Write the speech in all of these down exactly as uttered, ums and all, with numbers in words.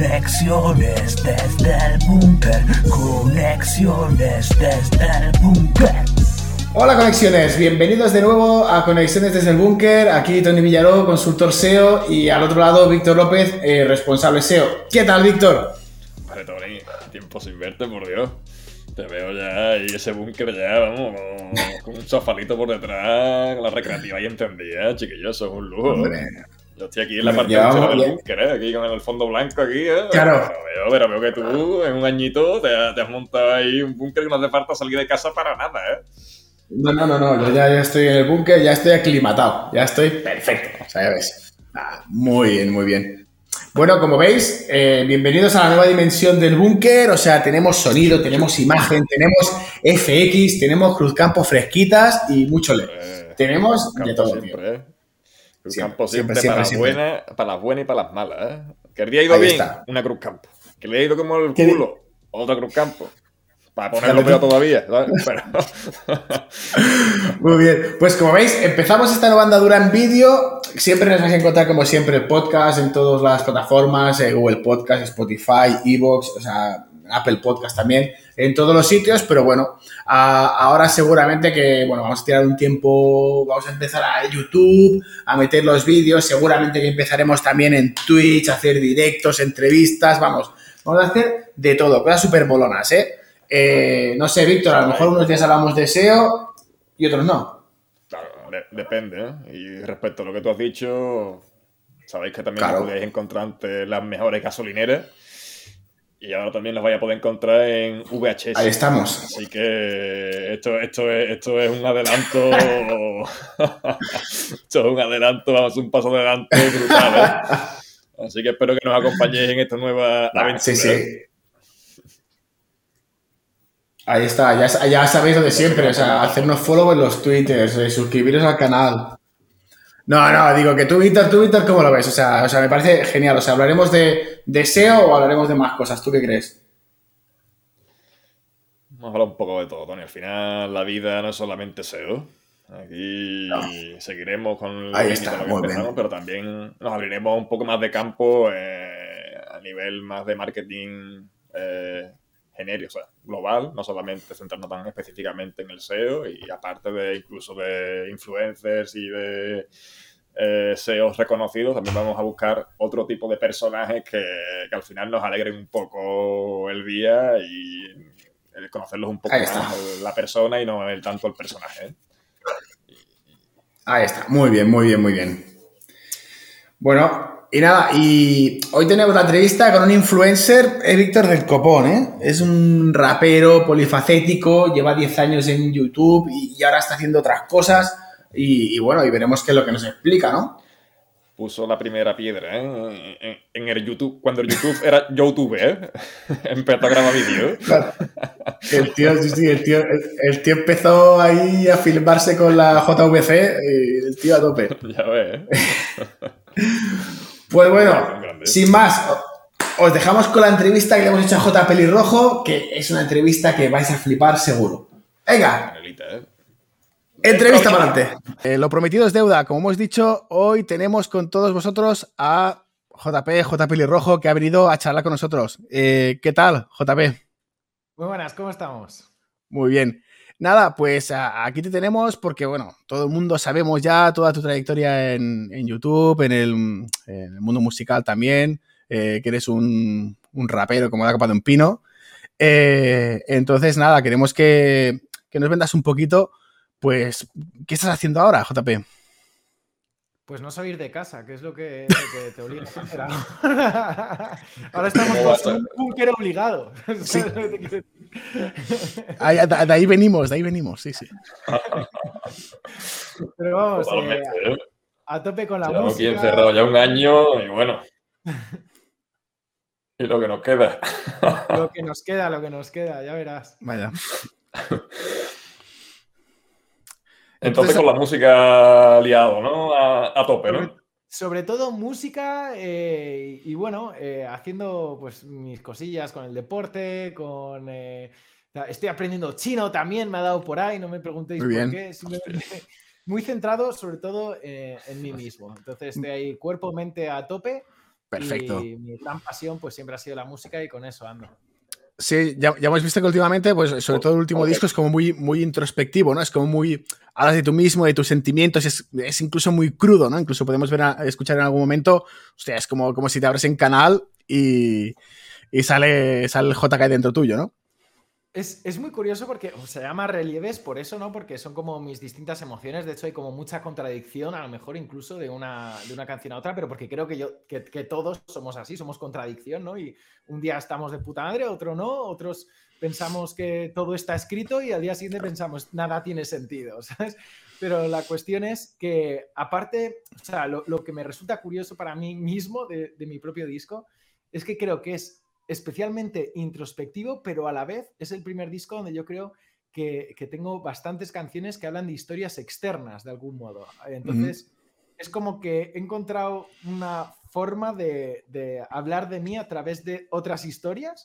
Conexiones desde el búnker. Conexiones desde el búnker. Hola Conexiones, bienvenidos de nuevo a Conexiones desde el búnker. Aquí Tony Villaró, consultor S E O, y al otro lado Víctor López, eh, responsable S E O. ¿Qué tal, Víctor? Vale, Tony, tiempo sin verte, por Dios. Te veo ya y ese búnker ya, vamos, con un sofalito por detrás, con la recreativa ahí encendida, chiquillos, eso es un lujo. Hombre. Yo estoy aquí en la parte Ya, del ya. búnker, ¿eh? Aquí con el fondo blanco aquí, ¿eh? Claro. Pero veo, pero veo que tú en un añito te, te has montado ahí un búnker que no hace falta salir de casa para nada, ¿eh? No, no, no, no, yo ya, ya estoy en el búnker, ya estoy aclimatado, ya estoy perfecto, o sea, ya ves. Ah, muy bien, muy bien. Bueno, como veis, eh, bienvenidos a la nueva dimensión del búnker, o sea, tenemos sonido, tenemos imagen, tenemos F X, tenemos cruzcampo fresquitas y mucho L E D. Eh, Tenemos Cruz de Campo todo, tío. siempre, ¿eh? Cruz Siempre, Campo siempre, siempre, para, siempre, las buenas, para las buenas y para las malas, ¿eh? Que el día ha ido Ahí bien, está. una Cruz Campo. Que le ha ido como el ¿Qué culo, otra Cruz Campo. Para ponerlo Fíjate peor tú. todavía, ¿sabes? Pero... Muy bien, pues como veis, empezamos esta nueva andadura en vídeo. Siempre nos vais a encontrar, como siempre, el podcast en todas las plataformas, eh, Google Podcast, Spotify, Evox, o sea, Apple Podcast también, en todos los sitios, pero bueno, a, ahora seguramente que, bueno, vamos a tirar un tiempo, vamos a empezar a YouTube, a meter los vídeos, seguramente que empezaremos también en Twitch, a hacer directos, entrevistas, vamos, vamos a hacer de todo, cosas súper molonas, ¿eh? Eh, no sé, Víctor, a lo mejor unos días hablamos de S E O y otros no. Claro, de- depende, ¿eh? Y respecto a lo que tú has dicho, sabéis que también Claro. lo podéis encontrar ante las mejores gasolineras. Y ahora también los vais a poder encontrar en V H S. Ahí estamos. Así que esto, esto, es, esto es un adelanto. Esto es un adelanto, vamos, un paso adelante brutal, ¿eh? Así que espero que nos acompañéis en esta nueva aventura. Sí, sí. Ahí está, ya, ya sabéis lo de siempre, o sea, hacernos follow en los twitters, eh, suscribiros al canal. No, no, digo que tú, Víctor, tú, Víctor, ¿cómo lo ves? O sea, o sea, me parece genial, o sea, ¿hablaremos de, de S E O o hablaremos de más cosas? ¿Tú qué crees? Vamos a hablar un poco de todo, Tony. Al final, la vida no es solamente S E O. Aquí No. seguiremos con la Ahí línea está, de lo que muy empezamos, bien. pero también nos abriremos un poco más de campo eh, a nivel más de marketing eh, genérico, o sea, global, no solamente centrarnos tan específicamente en el S E O, y aparte de incluso de influencers y de eh, S E Os reconocidos, también vamos a buscar otro tipo de personajes que, que al final nos alegren un poco el día y el conocerlos un poco Ahí más está. el- la persona y no el tanto el personaje, ¿eh? Ahí está, muy bien, muy bien, muy bien. Bueno, y nada, y hoy tenemos la entrevista con un influencer, eh, Víctor del Copón, ¿eh? Es un rapero polifacético, lleva diez años en YouTube y, y ahora está haciendo otras cosas y, y bueno, y veremos qué es lo que nos explica, ¿no? Puso la primera piedra, ¿eh? En, en el YouTube, cuando el YouTube era YouTube, ¿eh? Empezó a grabar vídeos. Claro. El tío, sí, sí, el tío, el, el tío empezó ahí a filmarse con la J V C y el tío a tope. Ya ves, ¿eh? Pues Un bueno, grande. sin más, os dejamos con la entrevista que le hemos hecho a J. Pelirrojo, que es una entrevista que vais a flipar seguro. Venga, Canelita, ¿eh? entrevista para adelante. Eh, lo prometido es deuda. Como hemos dicho, hoy tenemos con todos vosotros a J P, J. Pelirrojo, que ha venido a charlar con nosotros. Eh, ¿Qué tal, J P? Muy buenas, ¿cómo estamos? Muy bien. Nada, pues a- aquí te tenemos porque, bueno, todo el mundo sabemos ya toda tu trayectoria en, en YouTube, en el, en el mundo musical también, eh, que eres un, un rapero como la capa de un pino. Eh, entonces, nada, queremos que, que nos vendas un poquito, pues, ¿qué estás haciendo ahora, J P? Pues no salir de casa, que es lo que, lo que te obliga a hacer ahora. Ahora estamos todos en un búnker obligado. Sí. ¿Sabes lo que te quiero decir? Ahí- de, de ahí venimos, de ahí venimos, sí, sí. Pero vamos, eh, Totalmente, ¿eh? a tope con la Llevamos aquí música. encerrados ya un año y bueno. Y lo que nos queda. Lo que nos queda, lo que nos queda, ya verás. Vaya. Entonces con la música liado, ¿no? A, a tope, Sobre, ¿no? sobre todo música eh, y, y bueno, eh, haciendo pues mis cosillas con el deporte, con... eh, estoy aprendiendo chino también, me ha dado por ahí, no me preguntéis Muy por bien. qué. Simplemente muy centrado sobre todo eh, en mí mismo. Entonces estoy ahí cuerpo, mente a tope Perfecto. Y mi gran pasión pues siempre ha sido la música y con eso ando. Sí, ya, ya hemos visto que últimamente, pues sobre todo el último disco es como muy, muy introspectivo, ¿no? Es como muy, hablas de tú mismo, de tus sentimientos, es, es incluso muy crudo, ¿no? Incluso podemos ver a, escuchar en algún momento, hostia, es como, como si te abres en canal y, y sale, sale el J K dentro tuyo, ¿no? Es, es muy curioso porque se llama relieves por eso, ¿no? Porque son como mis distintas emociones. De hecho, hay como mucha contradicción, a lo mejor incluso de una, de una canción a otra, pero porque creo que, yo, que, que todos somos así, somos contradicción, ¿no? Y un día estamos de puta madre, otro no, otros pensamos que todo está escrito y al día siguiente pensamos nada tiene sentido, ¿sabes? Pero la cuestión es que, aparte, o sea, lo, lo que me resulta curioso para mí mismo de, de mi propio disco es que creo que es especialmente introspectivo, pero a la vez es el primer disco donde yo creo que, que tengo bastantes canciones que hablan de historias externas de algún modo. Entonces, uh-huh. es como que he encontrado una forma de, de hablar de mí a través de otras historias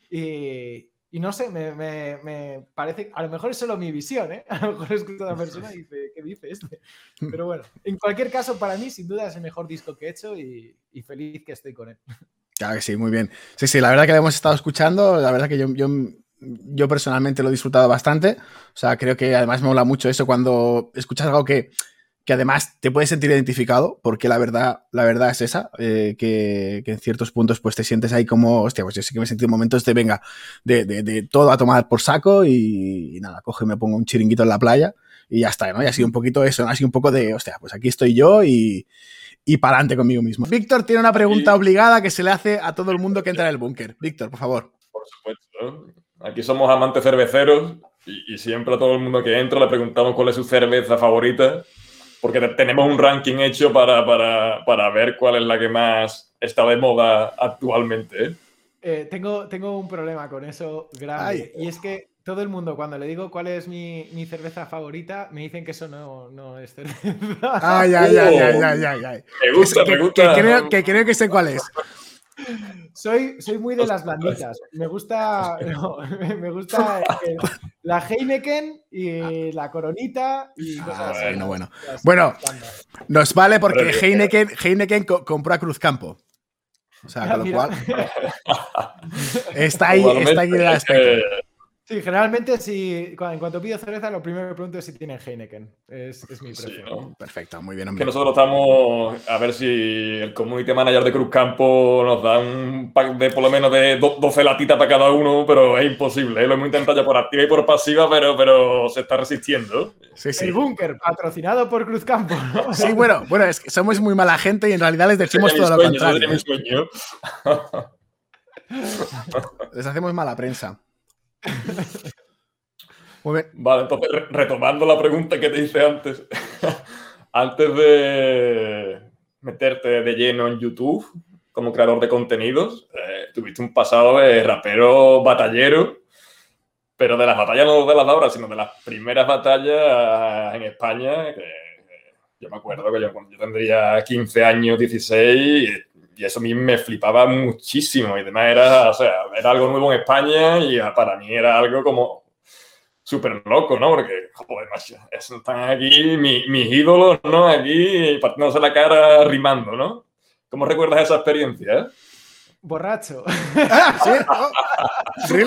y, y no sé, me, me, me parece, a lo mejor es solo mi visión, ¿eh? A lo mejor escucho a una persona y dice, ¿qué dice este? Pero bueno, en cualquier caso, para mí, sin duda, es el mejor disco que he hecho y, y feliz que estoy con él. Claro que sí, muy bien. Sí, sí, la verdad que lo hemos estado escuchando, la verdad que yo, yo, yo personalmente lo he disfrutado bastante, o sea, creo que además me mola mucho eso cuando escuchas algo que, que además te puedes sentir identificado, porque la verdad, la verdad es esa, eh, que, que en ciertos puntos pues te sientes ahí como, hostia, pues yo sí que me he sentido momentos de, venga, de, de, de todo a tomar por saco y, y nada, cojo y me pongo un chiringuito en la playa y ya está, ¿no? Y ha sido un poquito eso, ¿no? Ha sido un poco de, hostia, pues aquí estoy yo y... y para adelante conmigo mismo. Víctor tiene una pregunta sí. obligada que se le hace a todo el mundo que entra en el búnker. Víctor, por favor. Por supuesto. Aquí somos amantes cerveceros y, y siempre a todo el mundo que entra le preguntamos cuál es su cerveza favorita, porque tenemos un ranking hecho para, para, para ver cuál es la que más está de moda actualmente. ¿eh? Eh, tengo, tengo un problema con eso grande. Ay. Y es que todo el mundo, cuando le digo cuál es mi, mi cerveza favorita, me dicen que eso no, no es cerveza. Ay, ay, ay, ay, ay, ay, ay. Me gusta, que, me gusta. Que creo, que creo que sé cuál es. Soy, soy muy de las blanditas. Me gusta, no, me gusta eh, la Heineken y la Coronita y cosas ah, así. Bueno, bueno. Bueno, nos vale porque Heineken, Heineken compró a Cruzcampo. O sea, con lo cual está ahí, está ahí el aspecto. Sí, generalmente si, en cuanto pido cerveza, lo primero que pregunto es si tienen Heineken. Es, es mi preferencia. Sí, ¿no? Perfecto, muy bien, hombre. Que nosotros estamos a ver si el community manager de Cruzcampo nos da un pack de por lo menos de doce latitas para cada uno, pero es imposible, ¿eh? Lo hemos intentado ya por activa y por pasiva, pero, pero se está resistiendo. Sí, sí. El búnker, patrocinado por Cruzcampo, ¿no? Sí, bueno, bueno, es que somos muy mala gente y en realidad les decimos todo lo sueño, contrario. Mi sueño. Les hacemos mala prensa. Muy bien. Vale, entonces retomando la pregunta que te hice antes, antes de meterte de lleno en YouTube como creador de contenidos, eh, tuviste un pasado de rapero batallero, pero de las batallas no de las de ahora, sino de las primeras batallas en España, que, que yo me acuerdo que yo, cuando yo tendría quince años, dieciséis, y eso a mí me flipaba muchísimo. Y además era, o sea, era algo nuevo en España y para mí era algo como súper loco, ¿no? Porque, joder, macho, están aquí mis, mis ídolos, ¿no? Aquí partiéndose la cara rimando, ¿no? ¿Cómo recuerdas esa experiencia? ¿eh? Borracho. ¿Sí? Oh. ¿Really?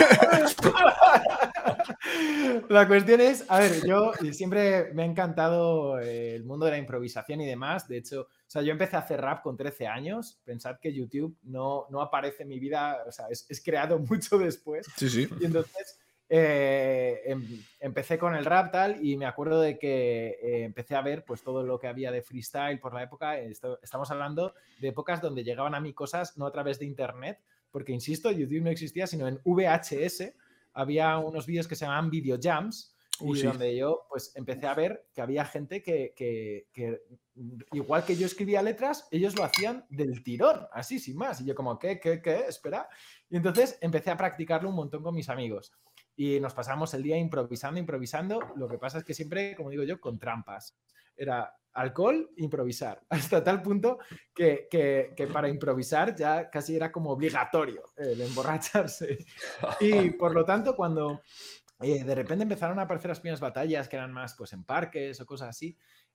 La cuestión es, a ver, yo siempre me ha encantado el mundo de la improvisación y demás. De hecho, o sea, yo empecé a hacer rap con trece años. Pensad que YouTube no, no aparece en mi vida, o sea, es, es creado mucho después. Sí, sí. Y entonces eh, em, empecé con el rap tal y me acuerdo de que eh, empecé a ver pues todo lo que había de freestyle por la época. Esto, estamos hablando de épocas donde llegaban a mí cosas no a través de internet, porque insisto, YouTube no existía, sino en V H S. Había unos vídeos que se llamaban Video Jams uh, y sí. donde yo pues empecé a ver que había gente que, que, que igual que yo escribía letras, ellos lo hacían del tirón, así sin más. Y yo como, ¿qué, qué, qué? Espera. Y entonces empecé a practicarlo un montón con mis amigos. Y nos pasamos el día improvisando, improvisando. Lo que pasa es que siempre, como digo yo, con trampas. Era alcohol, improvisar. Hasta tal punto que, que, que para improvisar ya casi era como obligatorio el emborracharse. Y por lo tanto, cuando eh, de repente empezaron a aparecer las primeras batallas que eran más pues en parques o cosas así,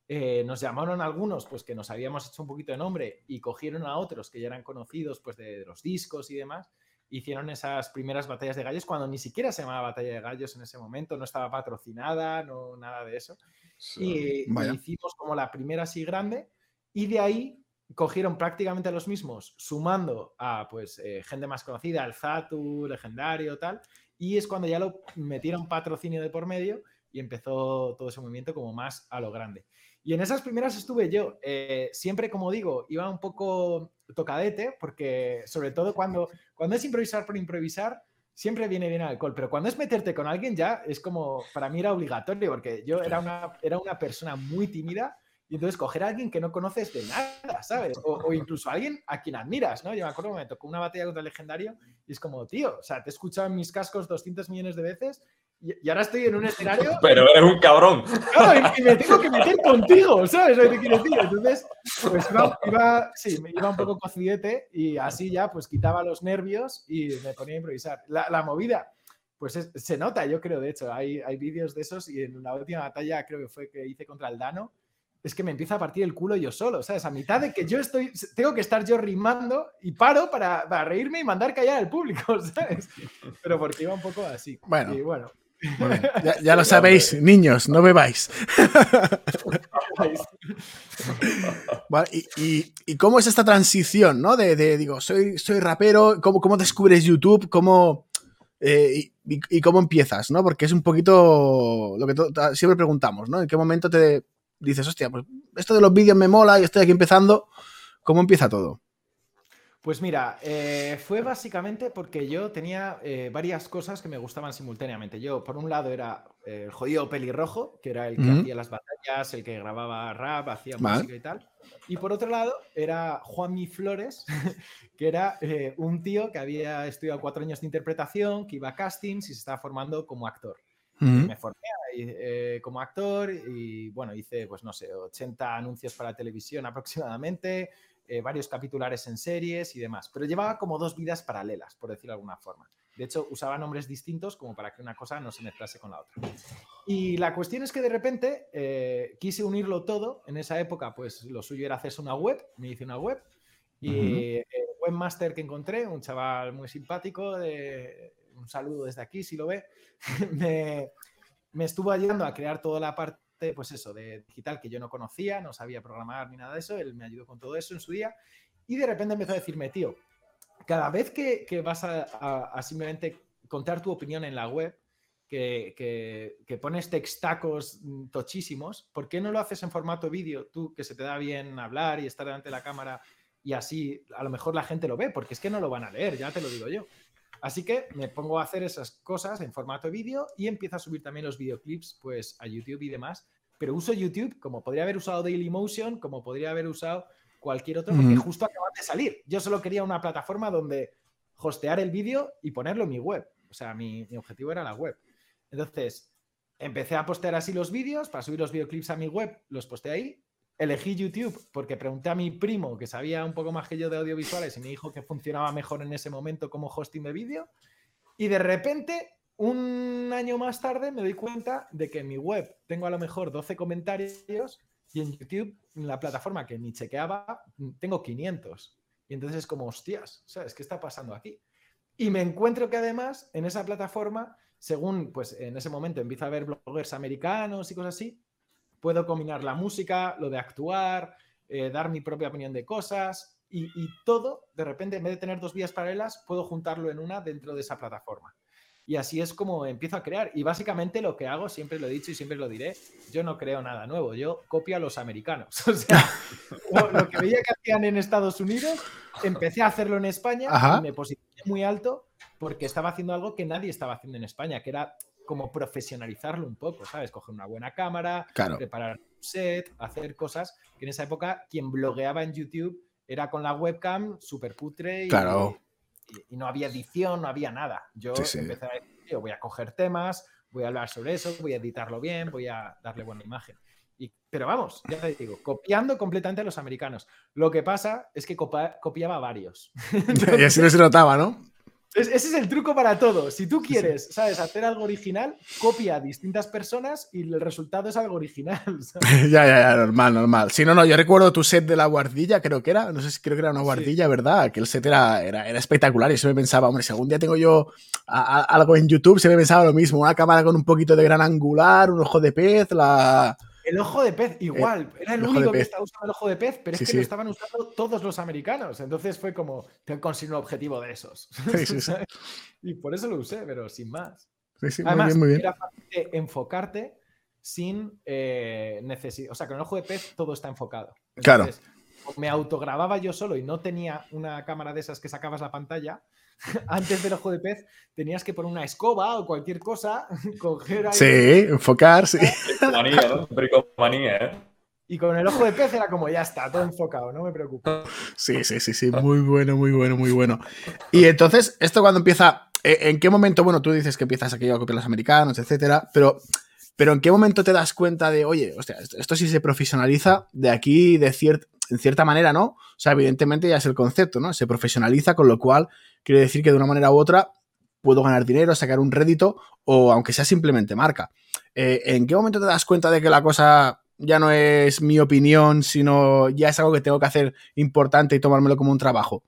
eh, nos llamaron algunos pues que nos habíamos hecho un poquito de nombre y cogieron a otros que ya eran conocidos pues de, de los discos y demás. Hicieron esas primeras batallas de gallos cuando ni siquiera se llamaba Batalla de Gallos en ese momento, no estaba patrocinada, no nada de eso. Sí, y, y hicimos como la primera así grande y de ahí cogieron prácticamente a los mismos, sumando a pues eh, gente más conocida, el Zatu, Legendario, tal, y es cuando ya lo metieron patrocinio de por medio y empezó todo ese movimiento como más a lo grande. Y en esas primeras estuve yo, eh, siempre, como digo, iba un poco tocadete, porque sobre todo cuando, cuando es improvisar por improvisar, siempre viene bien el alcohol, pero cuando es meterte con alguien ya es como, para mí era obligatorio, porque yo era una, era una persona muy tímida y entonces coger a alguien que no conoces de nada, ¿sabes? O, o incluso a alguien a quien admiras, ¿no? Yo me acuerdo que me tocó una batalla contra el Legendario y es como, tío, o sea, te he escuchado en mis cascos doscientos millones de veces y, y ahora estoy en un escenario... Pero eres un cabrón. Claro, y, y me tengo que meter contigo, ¿sabes lo que te quiero decir? Entonces, pues iba, iba, sí, me iba un poco cocidete y así ya pues quitaba los nervios y me ponía a improvisar. La, la movida, pues es, se nota, yo creo, de hecho, hay, hay vídeos de esos y en la última batalla creo que fue que hice contra el Dano, es que me empieza a partir el culo yo solo, ¿sabes? A mitad de que yo estoy, tengo que estar yo rimando y paro para, para reírme y mandar callar al público, ¿sabes? Pero porque iba un poco así. Bueno. Y bueno. Bueno, ya, ya lo sabéis, niños, no bebáis. Vale, y, y, ¿y cómo es esta transición, ¿no? De, de digo, soy, soy rapero, ¿cómo, cómo descubres YouTube? ¿Cómo, eh, y, y cómo empiezas, ¿no? Porque es un poquito lo que to, siempre preguntamos, ¿no? ¿En qué momento te dices, hostia, pues esto de los vídeos me mola y estoy aquí empezando? ¿Cómo empieza todo? Pues mira, eh, fue básicamente porque yo tenía eh, varias cosas que me gustaban simultáneamente. Yo, por un lado, era eh, el jodido pelirrojo, que era el que mm. hacía las batallas, el que grababa rap, hacía vale. música y tal. Y por otro lado, era Juanmi Flores, que era eh, un tío que había estudiado cuatro años de interpretación, que iba a castings y se estaba formando como actor. Mm. Me formé eh, como actor y, bueno, hice, pues no sé, ochenta anuncios para televisión aproximadamente, Eh, varios capitulares en series y demás, pero llevaba como dos vidas paralelas, por decirlo de alguna forma. De hecho, usaba nombres distintos como para que una cosa no se mezclase con la otra. Y la cuestión es que de repente eh, quise unirlo todo. En esa época, pues lo suyo era hacerse una web, me hice una web y uh-huh. el webmaster que encontré, un chaval muy simpático, de, un saludo desde aquí si lo ve, me, me estuvo ayudando a crear toda la parte pues eso, de digital que yo no conocía, no sabía programar ni nada de eso, él me ayudó con todo eso en su día y de repente empezó a decirme, tío, cada vez que, que vas a, a, a simplemente contar tu opinión en la web, que, que, que pones textacos tochísimos, ¿por qué no lo haces en formato vídeo? Tú, que se te da bien hablar y estar delante de la cámara y así a lo mejor la gente lo ve, porque es que no lo van a leer, ya te lo digo yo. Así que me pongo a hacer esas cosas en formato vídeo y empiezo a subir también los videoclips pues, a YouTube y demás. Pero uso YouTube como podría haber usado Dailymotion, como podría haber usado cualquier otro, porque mm. justo acaba de salir. Yo solo quería una plataforma donde hostear el vídeo y ponerlo en mi web. O sea, mi, mi objetivo era la web. Entonces, empecé a postear así los vídeos, para subir los videoclips a mi web, los posteé ahí. Elegí YouTube porque pregunté a mi primo, que sabía un poco más que yo de audiovisuales, y me dijo que funcionaba mejor en ese momento como hosting de vídeo. Y de repente, un año más tarde, me doy cuenta de que en mi web tengo a lo mejor doce comentarios y en YouTube, en la plataforma que ni chequeaba, tengo quinientos. Y entonces es como, hostias, ¿sabes qué está pasando aquí? Y me encuentro que además, en esa plataforma, según pues en ese momento empiezo a ver bloggers americanos y cosas así, puedo combinar la música, lo de actuar, eh, dar mi propia opinión de cosas y, y todo, de repente, en vez de tener dos vías paralelas, puedo juntarlo en una dentro de esa plataforma. Y así es como empiezo a crear. Y básicamente lo que hago, siempre lo he dicho y siempre lo diré, yo no creo nada nuevo, yo copio a los americanos. O sea, lo, lo que veía que hacían en Estados Unidos, empecé a hacerlo en España. Ajá. Y me posicioné muy alto porque estaba haciendo algo que nadie estaba haciendo en España, que era como profesionalizarlo un poco, ¿sabes? Coger una buena cámara, claro. preparar un set, hacer cosas que en esa época quien blogueaba en YouTube era con la webcam súper putre y, claro. y, y no había edición, no había nada. Yo sí, sí. empecé a decir, yo voy a coger temas, voy a hablar sobre eso, voy a editarlo bien, voy a darle buena imagen. Y, pero vamos, ya te digo, copiando completamente a los americanos. Lo que pasa es que copa, copiaba a varios. Entonces, y así no se notaba, ¿no? Ese es el truco para todo. Si tú quieres, ¿sabes?, hacer algo original, copia a distintas personas y el resultado es algo original, ¿sabes? Ya, ya, ya, normal, normal. Sí, no, no, yo recuerdo tu set de la guardilla, creo que era, no sé si creo que era una guardilla, sí. ¿Verdad? Que el set era, era, era espectacular y eso me pensaba, hombre, si algún día tengo yo a, a, algo en YouTube, se me pensaba lo mismo, una cámara con un poquito de gran angular, un ojo de pez, la... El ojo de pez, igual. Era el, el único que estaba usando el ojo de pez, pero sí, es que sí. lo estaban usando todos los americanos. Entonces fue como, tengo que conseguir un objetivo de esos. Sí, sí, sí. Y por eso lo usé, pero sin más. Sí, sí, Además, muy bien, muy bien. era fácil de enfocarte sin eh, necesidad. O sea, con el ojo de pez todo está enfocado. Entonces, claro. Me autogrababa yo solo y no tenía una cámara de esas que sacabas la pantalla. Antes del ojo de pez tenías que poner una escoba o cualquier cosa, coger ahí. Sí, enfocar, sí. Bricomanía, ¿no? Bricomanía, ¿eh? Y con el ojo de pez era como, ya está, todo enfocado, no me preocupo. Sí, sí, sí, sí, muy bueno, muy bueno, muy bueno. Y entonces, esto cuando empieza, ¿en qué momento, bueno, tú dices que empiezas aquello a copiar a los americanos, etcétera, pero, pero ¿en qué momento te das cuenta de, oye, hostia, esto, esto sí se profesionaliza de aquí, de ciert, en cierta manera, ¿no? O sea, evidentemente ya es el concepto, ¿no? Se profesionaliza, con lo cual quiere decir que de una manera u otra puedo ganar dinero, sacar un rédito o aunque sea simplemente marca. Eh, ¿En qué momento te das cuenta de que la cosa ya no es mi opinión, sino ya es algo que tengo que hacer importante y tomármelo como un trabajo?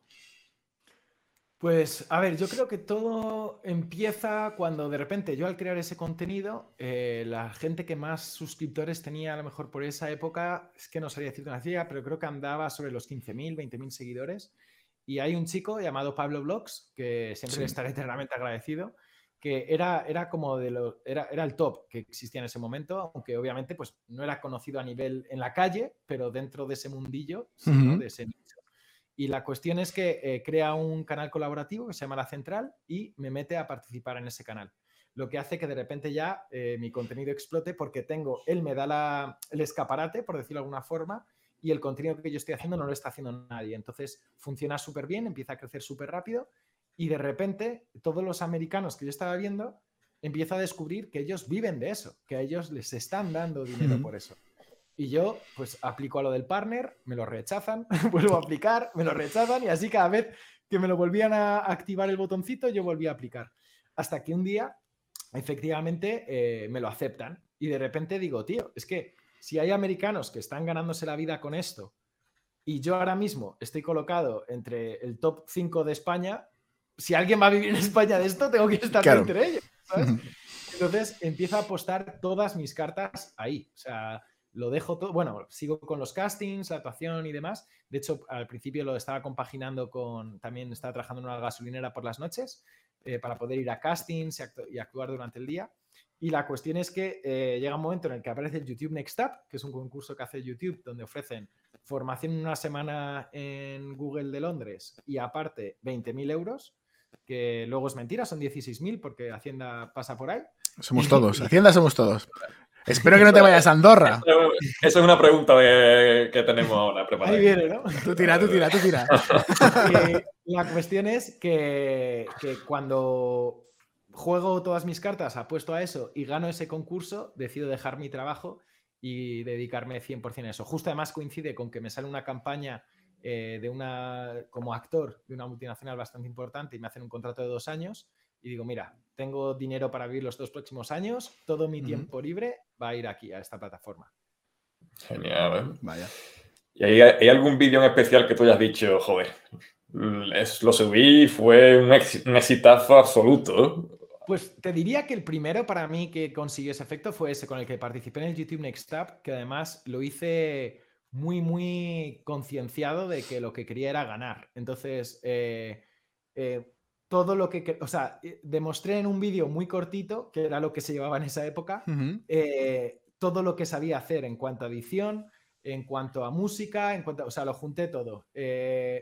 Pues, a ver, yo creo que todo empieza cuando de repente yo al crear ese contenido, eh, la gente que más suscriptores tenía a lo mejor por esa época, es que no sabría decirte una cifra, pero creo que andaba sobre los quince mil, veinte mil seguidores. Y hay un chico llamado Pablo Vlogs, que siempre sí. le estaré eternamente agradecido, que era, era como de lo, era, era el top que existía en ese momento, aunque obviamente pues, no era conocido a nivel en la calle, pero dentro de ese mundillo, sí, uh-huh. ¿no? De ese nicho. Y la cuestión es que eh, crea un canal colaborativo que se llama La Central y me mete a participar en ese canal. Lo que hace que de repente ya eh, mi contenido explote porque tengo, él me da la, el escaparate, por decirlo de alguna forma, y el contenido que yo estoy haciendo no lo está haciendo nadie. Entonces funciona súper bien, empieza a crecer súper rápido y de repente todos los americanos que yo estaba viendo empiezo a descubrir que ellos viven de eso, que a ellos les están dando dinero uh-huh. por eso. Y yo, pues, aplico a lo del partner, me lo rechazan, vuelvo a aplicar, me lo rechazan y así cada vez que me lo volvían a activar el botoncito, yo volví a aplicar. Hasta que un día, efectivamente, eh, me lo aceptan y de repente digo, tío, es que si hay americanos que están ganándose la vida con esto y yo ahora mismo estoy colocado entre el top cinco de España, si alguien va a vivir en España de esto, tengo que estar claro. entre ellos, ¿sabes? Entonces empiezo a apostar todas mis cartas ahí, o sea... Lo dejo todo, bueno, sigo con los castings, la actuación y demás. De hecho, al principio lo estaba compaginando con, también estaba trabajando en una gasolinera por las noches eh, para poder ir a castings y, actu y actuar durante el día. Y la cuestión es que eh, llega un momento en el que aparece el YouTube Next Up, que es un concurso que hace YouTube donde ofrecen formación en una semana en Google de Londres y aparte veinte mil euros, que luego es mentira, son dieciséis mil porque Hacienda pasa por ahí. Somos todos, Hacienda somos todos. Espero que no te vayas a Andorra. Esa es una pregunta de, que tenemos ahora preparada. Ahí viene, ¿no? Tú tira, tú tira, tú tira. Eh, la cuestión es que, que cuando juego todas mis cartas, apuesto a eso y gano ese concurso, decido dejar mi trabajo y dedicarme cien por ciento a eso. Justo además coincide con que me sale una campaña eh, de una, como actor de una multinacional bastante importante y me hacen un contrato de dos años. Y digo, mira, tengo dinero para vivir los dos próximos años, todo mi tiempo uh-huh. libre va a ir aquí, a esta plataforma. Genial, ¿eh? Vaya. ¿Y hay, hay algún vídeo en especial que tú hayas dicho, joder, es, lo subí, fue un, ex, un exitazo absoluto? Pues te diría que el primero para mí que consiguió ese efecto fue ese, con el que participé en el YouTube Next Up, que además lo hice muy, muy concienciado de que lo que quería era ganar. Entonces, eh, eh, todo lo que, o sea, demostré en un vídeo muy cortito, que era lo que se llevaba en esa época, uh-huh. eh, todo lo que sabía hacer en cuanto a edición, en cuanto a música, en cuanto a, o sea, lo junté todo. Eh,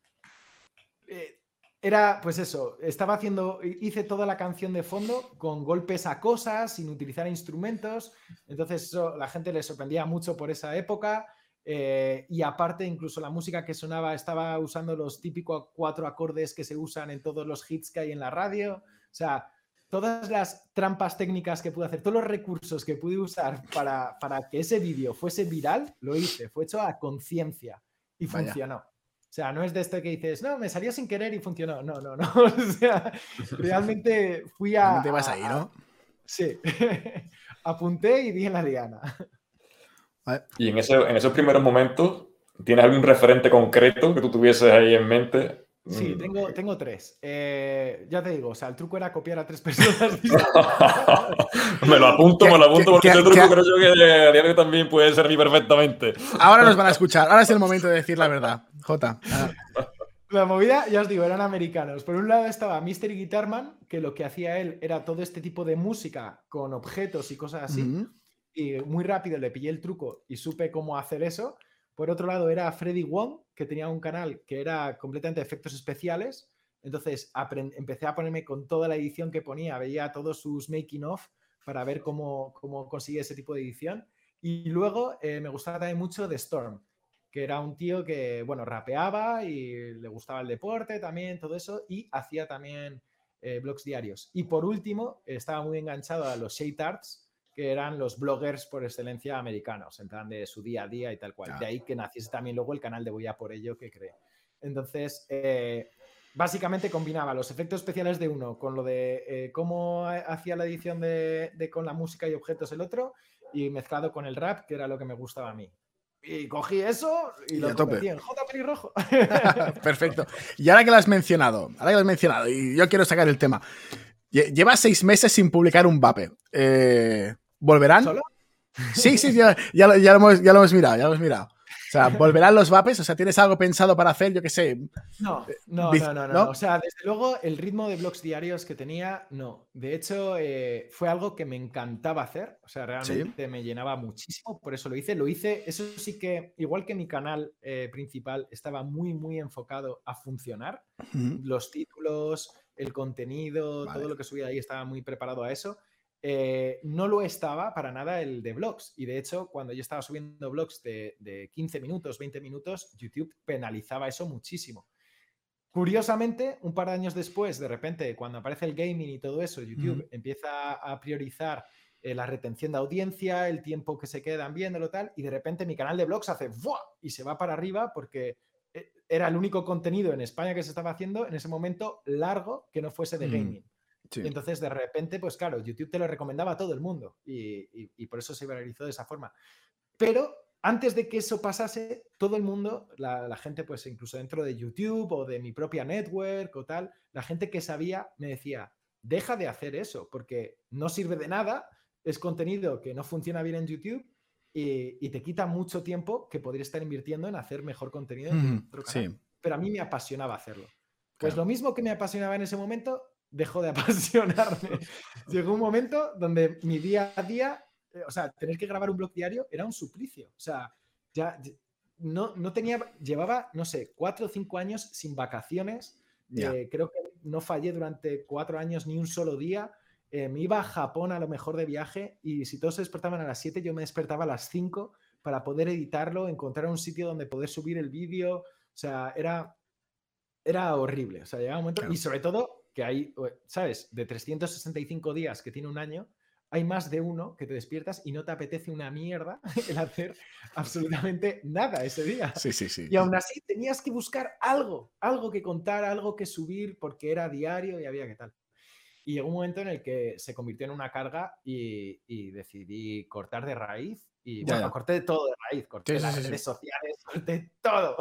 eh, era, pues eso, estaba haciendo, hice toda la canción de fondo con golpes a cosas, sin utilizar instrumentos, entonces eso, la gente le sorprendía mucho por esa época. Eh, y aparte incluso la música que sonaba estaba usando los típicos cuatro acordes que se usan en todos los hits que hay en la radio, o sea, todas las trampas técnicas que pude hacer, todos los recursos que pude usar para, para que ese vídeo fuese viral, lo hice, fue hecho a conciencia y funcionó. Vaya. O sea, no es de esto que dices, no, me salió sin querer y funcionó. No, no, no. O sea, realmente fui a... Realmente vas ahí, ¿no? A, sí. Apunté y di en la diana. Vale. Y en, ese, en esos primeros momentos, ¿tienes algún referente concreto que tú tuvieses ahí en mente? Sí, tengo, tengo tres. Eh, ya te digo, o sea, el truco era copiar a tres personas. Me lo apunto, me lo apunto, porque ¿Qué, ese truco qué, creo yo que a diario también puede servir perfectamente. Ahora nos van a escuchar, ahora es el momento de decir la verdad. Jota. Ah. La movida, ya os digo, eran americanos. Por un lado estaba Mystery Guitarman, que lo que hacía él era todo este tipo de música con objetos y cosas así. Uh-huh. Y muy rápido le pillé el truco y supe cómo hacer eso. Por otro lado era Freddy Wong, que tenía un canal que era completamente de efectos especiales. Entonces empecé a ponerme con toda la edición que ponía, veía todos sus making of para ver cómo, cómo conseguía ese tipo de edición. Y luego eh, me gustaba también mucho The Storm, que era un tío que, bueno, rapeaba y le gustaba el deporte también, todo eso, y hacía también eh, blogs diarios. Y por último, estaba muy enganchado a los Shade Arts, que eran los bloggers por excelencia americanos, en plan de su día a día y tal cual. Ah. De ahí que naciese también luego el canal de Voy a por ello que creé. Entonces, eh, básicamente combinaba los efectos especiales de uno con lo de eh, cómo hacía la edición de, de con la música y objetos el otro, y mezclado con el rap, que era lo que me gustaba a mí. Y cogí eso y, y lo convertí en J Pelirrojo. Perfecto. Y ahora que lo has mencionado, ahora que lo has mencionado, y yo quiero sacar el tema. Llevas seis meses sin publicar un vape. Eh, ¿Volverán? ¿Solo? Sí, sí, ya, ya, ya, lo hemos, ya lo hemos mirado, ya lo hemos mirado. O sea, ¿volverán los vapes? O sea, ¿tienes algo pensado para hacer? Yo qué sé. No, no, no, no, no, no. O sea, desde luego el ritmo de blogs diarios que tenía, no. De hecho, eh, fue algo que me encantaba hacer. O sea, realmente ¿sí? Me llenaba muchísimo, por eso lo hice. Lo hice, eso sí que, igual que mi canal eh, principal, estaba muy, muy enfocado a funcionar. Uh-huh. Los títulos, el contenido, vale. Todo lo que subía ahí estaba muy preparado a eso. Eh, no lo estaba para nada el de blogs. Y de hecho, cuando yo estaba subiendo blogs de, de quince minutos, veinte minutos, YouTube penalizaba eso muchísimo. Curiosamente, un par de años después, de repente, cuando aparece el gaming y todo eso, YouTube mm. empieza a priorizar eh, la retención de audiencia, el tiempo que se quedan viéndolo tal, y de repente mi canal de blogs hace ¡buah! Y se va para arriba porque era el único contenido en España que se estaba haciendo en ese momento largo que no fuese de gaming. Mm. Sí. Y entonces, de repente, pues claro, YouTube te lo recomendaba a todo el mundo y, y, y por eso se viralizó de esa forma. Pero antes de que eso pasase, todo el mundo, la, la gente, pues incluso dentro de YouTube o de mi propia network o tal, la gente que sabía me decía, deja de hacer eso porque no sirve de nada, es contenido que no funciona bien en YouTube y, y te quita mucho tiempo que podrías estar invirtiendo en hacer mejor contenido en mm, otro canal. Sí. Pero a mí me apasionaba hacerlo. Pues claro. Lo mismo que me apasionaba en ese momento, dejó de apasionarme. Llegó un momento donde mi día a día, eh, o sea, tener que grabar un blog diario era un suplicio. O sea, ya no, no tenía, llevaba, no sé, cuatro o cinco años sin vacaciones. Yeah. Eh, creo que no fallé durante cuatro años ni un solo día. Eh, me iba a Japón a lo mejor de viaje y si todos se despertaban a las siete, yo me despertaba a las cinco para poder editarlo, encontrar un sitio donde poder subir el vídeo. O sea, era, era horrible. O sea, llegaba un momento, claro. Y sobre todo que hay, ¿sabes? De trescientos sesenta y cinco días que tiene un año, hay más de uno que te despiertas y no te apetece una mierda el hacer absolutamente nada ese día. Sí, sí, sí. Y aún así tenías que buscar algo, algo que contar, algo que subir, porque era diario y había que tal. Y llegó un momento en el que se convirtió en una carga y, y decidí cortar de raíz. Y bueno, ya, ya. corté todo de raíz, corté sí, las sí, redes sí. sociales, corté todo.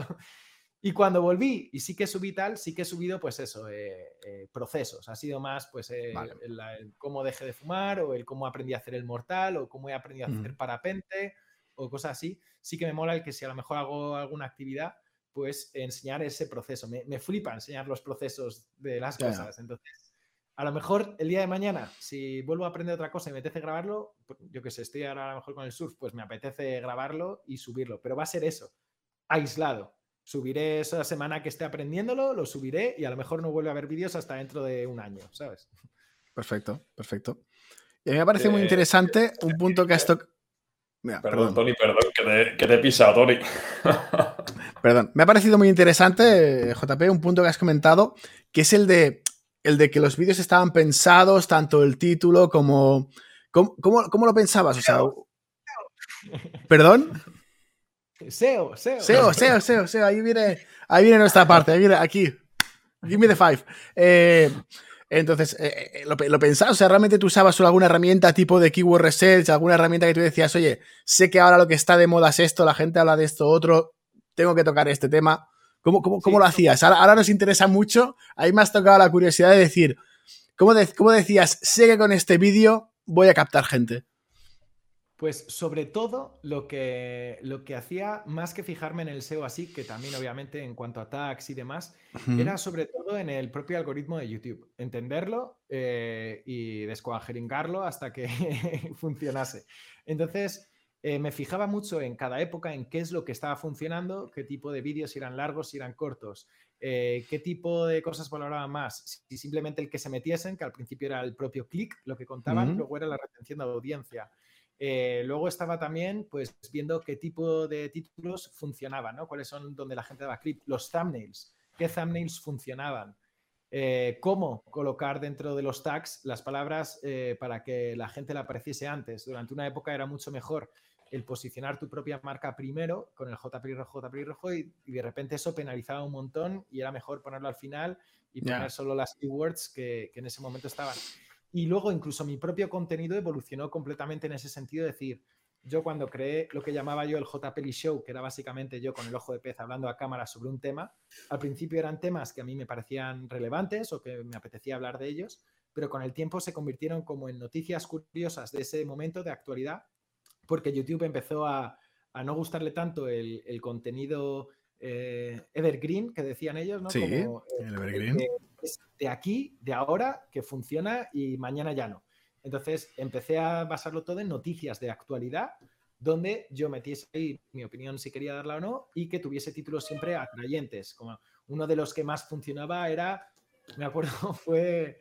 Y cuando volví y sí que subí tal, sí que he subido pues eso, eh, eh, procesos. Ha sido más pues eh, vale. el, el cómo dejé de fumar o el cómo aprendí a hacer el mortal o cómo he aprendido a hacer uh-huh. parapente o cosas así. Sí que me mola el que si a lo mejor hago alguna actividad, pues enseñar ese proceso. Me, me flipa enseñar los procesos de las yeah. cosas. Entonces, a lo mejor el día de mañana, si vuelvo a aprender otra cosa y me apetece grabarlo, yo qué sé, estoy ahora a lo mejor con el surf, pues me apetece grabarlo y subirlo. Pero va a ser eso, aislado. Subiré esa semana que esté aprendiéndolo, lo subiré y a lo mejor no vuelve a ver vídeos hasta dentro de un año, ¿sabes? Perfecto, perfecto. Y a mí me parece eh, muy interesante eh, un punto que esto... Mira, perdón, perdón, Tony, perdón, que te, que te he pisado, Tony. Perdón. Me ha parecido muy interesante, J P, un punto que has comentado, que es el de, el de que los vídeos estaban pensados, tanto el título como... ¿Cómo, cómo, cómo lo pensabas? O sea, ¿perdón? S E O, S E O. S E O, S E O, S E O, S E O. Ahí viene, ahí viene nuestra parte. Ahí viene, aquí. Give me the five. Eh, entonces, eh, lo, lo pensaba, o sea, ¿realmente tú usabas solo alguna herramienta tipo de keyword research, alguna herramienta que tú decías, oye, sé que ahora lo que está de moda es esto, la gente habla de esto otro, tengo que tocar este tema? ¿Cómo, cómo, cómo sí, lo hacías? Ahora, ahora nos interesa mucho. Ahí me has tocado la curiosidad de decir, ¿cómo, de, cómo decías, sé que con este vídeo voy a captar gente? Pues sobre todo lo que, lo que hacía, más que fijarme en el S E O así, que también obviamente en cuanto a tags y demás, uh-huh. era sobre todo en el propio algoritmo de YouTube. Entenderlo eh, y descuajeringarlo hasta que funcionase. Entonces, eh, me fijaba mucho en cada época en qué es lo que estaba funcionando, qué tipo de vídeos, si eran largos, si eran cortos, eh, qué tipo de cosas valoraba más. Si simplemente el que se metiesen, que al principio era el propio click, lo que contaban, uh-huh. luego era la retención de audiencia. Eh, luego estaba también pues viendo qué tipo de títulos funcionaban, ¿no? Cuáles son donde la gente daba clic, los thumbnails, qué thumbnails funcionaban, eh, cómo colocar dentro de los tags las palabras eh, para que la gente le apareciese antes. Durante una época era mucho mejor el posicionar tu propia marca primero con el J P rojo, J P rojo y, y de repente eso penalizaba un montón y era mejor ponerlo al final y poner yeah. solo las keywords que, que en ese momento estaban. Y luego incluso mi propio contenido evolucionó completamente en ese sentido, es decir, yo cuando creé lo que llamaba yo el J P L Show, que era básicamente yo con el ojo de pez hablando a cámara sobre un tema, al principio eran temas que a mí me parecían relevantes o que me apetecía hablar de ellos, pero con el tiempo se convirtieron como en noticias curiosas de ese momento de actualidad, porque YouTube empezó a, a no gustarle tanto el, el contenido eh, evergreen que decían ellos, ¿no? Sí, como, el evergreen. Eh, es de aquí, de ahora, que funciona y mañana ya no. Entonces empecé a basarlo todo en noticias de actualidad, donde yo metiese ahí mi opinión si quería darla o no y que tuviese títulos siempre atrayentes. Como uno de los que más funcionaba era, me acuerdo, fue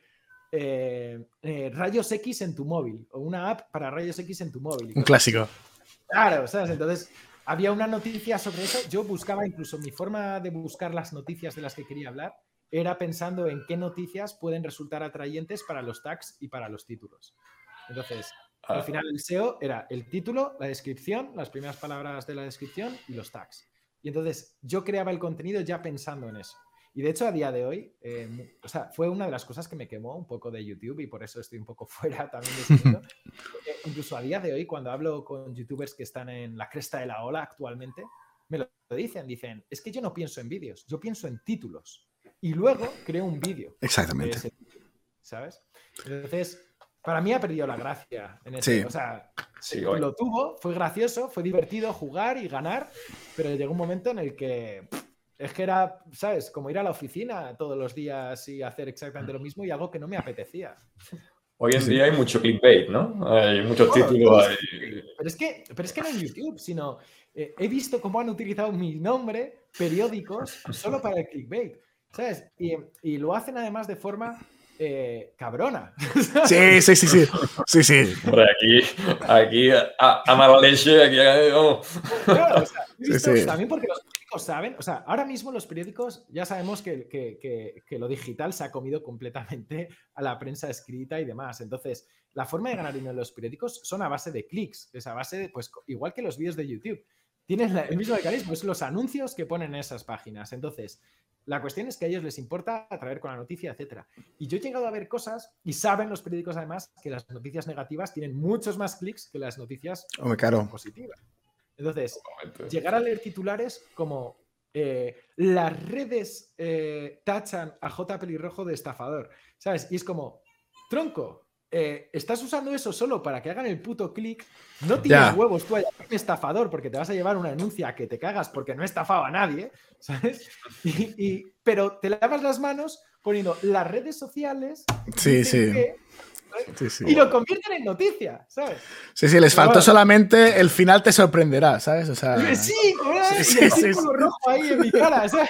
eh, eh, Rayos X en tu móvil o una app para Rayos X en tu móvil. Un clásico. Claro, ¿sabes? Entonces había una noticia sobre eso. Yo buscaba incluso mi forma de buscar las noticias de las que quería hablar era pensando en qué noticias pueden resultar atrayentes para los tags y para los títulos. Entonces, ah. al final el S E O era el título, la descripción, las primeras palabras de la descripción y los tags. Y entonces yo creaba el contenido ya pensando en eso. Y de hecho, a día de hoy, eh, o sea, fue una de las cosas que me quemó un poco de YouTube y por eso estoy un poco fuera también de ese mundo. eh, incluso a día de hoy, cuando hablo con youtubers que están en la cresta de la ola actualmente, me lo dicen, dicen, es que yo no pienso en vídeos, yo pienso en títulos. Y luego creo un vídeo. Exactamente. Ese, ¿sabes? Entonces, para mí ha perdido la gracia en ese. Sí. O sea, sí, lo tuvo, fue gracioso, fue divertido jugar y ganar, pero llegó un momento en el que pff, es que era, ¿sabes? Como ir a la oficina todos los días y hacer exactamente lo mismo y algo que no me apetecía. Hoy en día hay mucho clickbait, ¿no? Hay muchos oh, títulos. Hay... Pero, es que, pero es que no en YouTube, sino eh, he visto cómo han utilizado mi nombre, periódicos, solo para el clickbait. ¿Sabes? Y, y lo hacen además de forma eh, cabrona. Sí, sí, sí, sí. Sí, sí. Hombre, aquí, aquí a, a mala leche, aquí vamos. Claro, o sea, he visto, sí, sí. También porque los periódicos saben, o sea, ahora mismo los periódicos ya sabemos que, que, que, que lo digital se ha comido completamente a la prensa escrita y demás. Entonces, la forma de ganar dinero en los periódicos son a base de clics, es a base de, pues, igual que los vídeos de YouTube. Tienen el mismo mecanismo, es los anuncios que ponen en esas páginas. Entonces, la cuestión es que a ellos les importa atraer con la noticia, etcétera. Y yo he llegado a ver cosas, y saben los periódicos además, que las noticias negativas tienen muchos más clics que las noticias oh, claro. positivas. Entonces, llegar a leer titulares como eh, las redes eh, tachan a J. Pelirrojo de estafador, ¿sabes? Y es como, tronco, eh, estás usando eso solo para que hagan el puto clic, no tienes yeah. huevos tú a llamar estafador porque te vas a llevar una denuncia que te cagas porque no he estafado a nadie, ¿sabes? Y, y, pero te lavas las manos poniendo las redes sociales sí, sí. Que, sí, sí. y lo convierten en noticia, ¿sabes? Sí, sí, les faltó bueno. solamente el final te sorprenderá, ¿sabes? O sea... Sí, ¿verdad? Sí, sí, y el círculo sí, rojo ahí en mi cara, ¿sabes?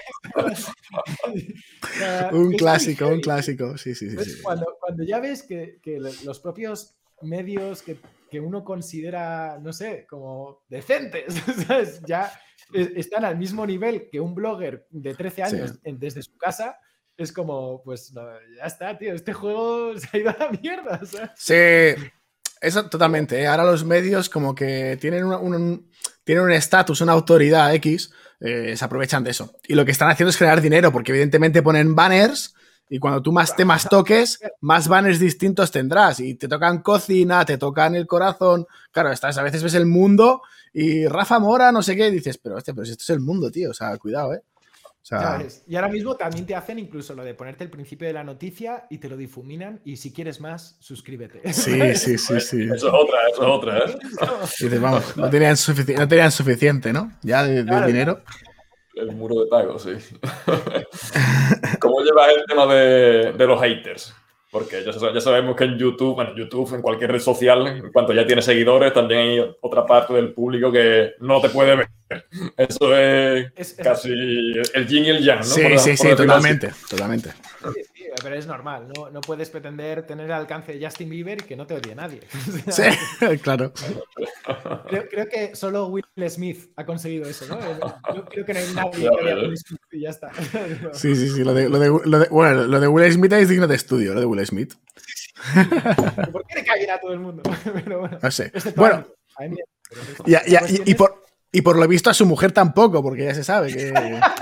un clásico, un clásico, sí, sí, sí. Entonces, sí. Cuando, cuando ya ves que, que los propios medios que, que uno considera, no sé, como decentes, ¿sabes? Ya están al mismo nivel que un blogger de trece años sí. desde su casa, es como, pues no, ya está, tío, este juego se ha ido a la mierda, ¿sabes? Sí. Eso totalmente, ¿eh? Ahora los medios como que tienen un, un, tienen un estatus, una autoridad X, eh, se aprovechan de eso. Y lo que están haciendo es generar dinero, porque evidentemente ponen banners y cuando tú más temas toques, más banners distintos tendrás. Y te tocan cocina, te tocan el corazón. Claro, estás, a veces ves el mundo y Rafa Mora, no sé qué, y dices, pero, hostia, pero si esto es el mundo, tío. O sea, cuidado, ¿eh? O sea, y ahora mismo también te hacen incluso lo de ponerte el principio de la noticia y te lo difuminan y si quieres más, suscríbete. Sí, sí, sí, sí. Eso es otra, eso es otra, ¿eh? Y dices, vamos, no tenían, sufici no tenían suficiente, ¿no? Ya de, de claro, dinero. El muro de pago, sí. ¿Cómo llevas el tema de, de los haters? Porque ya, ya sabemos que en YouTube, bueno, YouTube, en cualquier red social, en cuanto ya tienes seguidores, también hay otra parte del público que no te puede ver. Eso es, es casi es... el yin y el yang, ¿no? Sí, por, sí, por sí, totalmente, así. totalmente. Sí, sí, pero es normal, no, no puedes pretender tener el alcance de Justin Bieber y que no te odie nadie. O sea, sí, claro. Creo, creo que solo Will Smith ha conseguido eso, ¿no? Yo creo que no hay nadie que haya Will Smith y ya está. Sí, sí, sí, lo de, lo de, lo de, bueno, lo de Will Smith es digno de estudio, lo de Will Smith. ¿Por qué le cae bien a todo el mundo? Pero bueno, no sé. Este Bueno, a mí, y, y, y, y, por, y por lo visto a su mujer tampoco, porque ya se sabe que,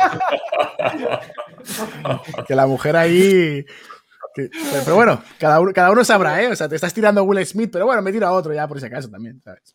que la mujer ahí... Que, pero bueno, cada uno, cada uno sabrá, ¿eh? O sea, te estás tirando a Will Smith, pero bueno, me tiro a otro ya por si acaso también, ¿sabes?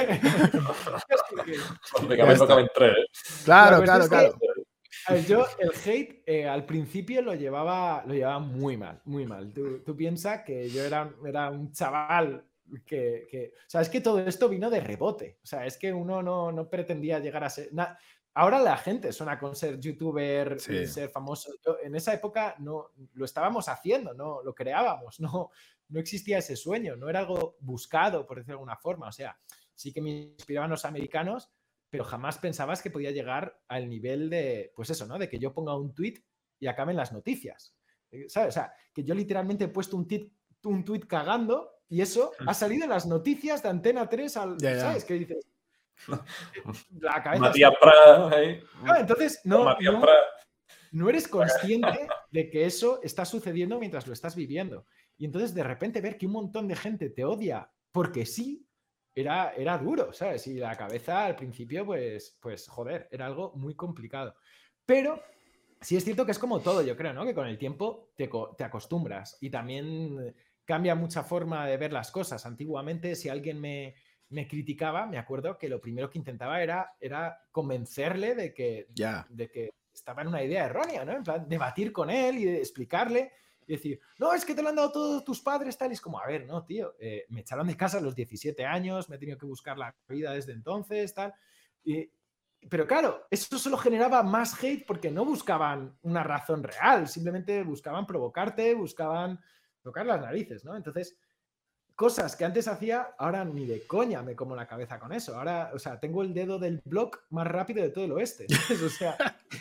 Claro, claro, claro. A ver, yo el hate eh, al principio lo llevaba, lo llevaba muy mal, muy mal. Tú, tú piensas que yo era, era un chaval que, que... O sea, es que todo esto vino de rebote. O sea, es que uno no, no pretendía llegar a ser... Na... Ahora la gente suena con ser youtuber, sí. ser famoso. Yo, en esa época no lo estábamos haciendo, no lo creábamos, no, no existía ese sueño, no era algo buscado, por decirlo de alguna forma. O sea, sí que me inspiraban los americanos, pero jamás pensabas que podía llegar al nivel de, pues eso, ¿no? De que yo ponga un tweet y acaben las noticias, ¿sabes? O sea, que yo literalmente he puesto un tweet, un tweet cagando y eso ha salido en las noticias de Antena tres, al, yeah, yeah. ¿sabes? Que dices... La cabeza Matías Prats, ¿eh? No, entonces no, no, no eres consciente de que eso está sucediendo mientras lo estás viviendo. Y entonces de repente ver que un montón de gente te odia porque sí, era, era duro, ¿sabes? Y la cabeza al principio, pues, pues, joder, era algo muy complicado. Pero sí es cierto que es como todo, yo creo, ¿no? Que con el tiempo te, te acostumbras y también cambia mucha forma de ver las cosas. Antiguamente, si alguien me... me criticaba, me acuerdo que lo primero que intentaba era, era convencerle de que, yeah. de que estaba en una idea errónea, ¿no? En plan, debatir con él y explicarle y decir, no, es que te lo han dado todos tus padres, tal. Y es como, a ver, no, tío, eh, me echaron de casa a los diecisiete años, me he tenido que buscar la vida desde entonces, tal. Y, pero claro, eso solo generaba más hate porque no buscaban una razón real, simplemente buscaban provocarte, buscaban tocar las narices, ¿no? Entonces... cosas que antes hacía, ahora ni de coña me como la cabeza con eso. Ahora, o sea, tengo el dedo del blog más rápido de todo el oeste. ¿Sabes? O sea,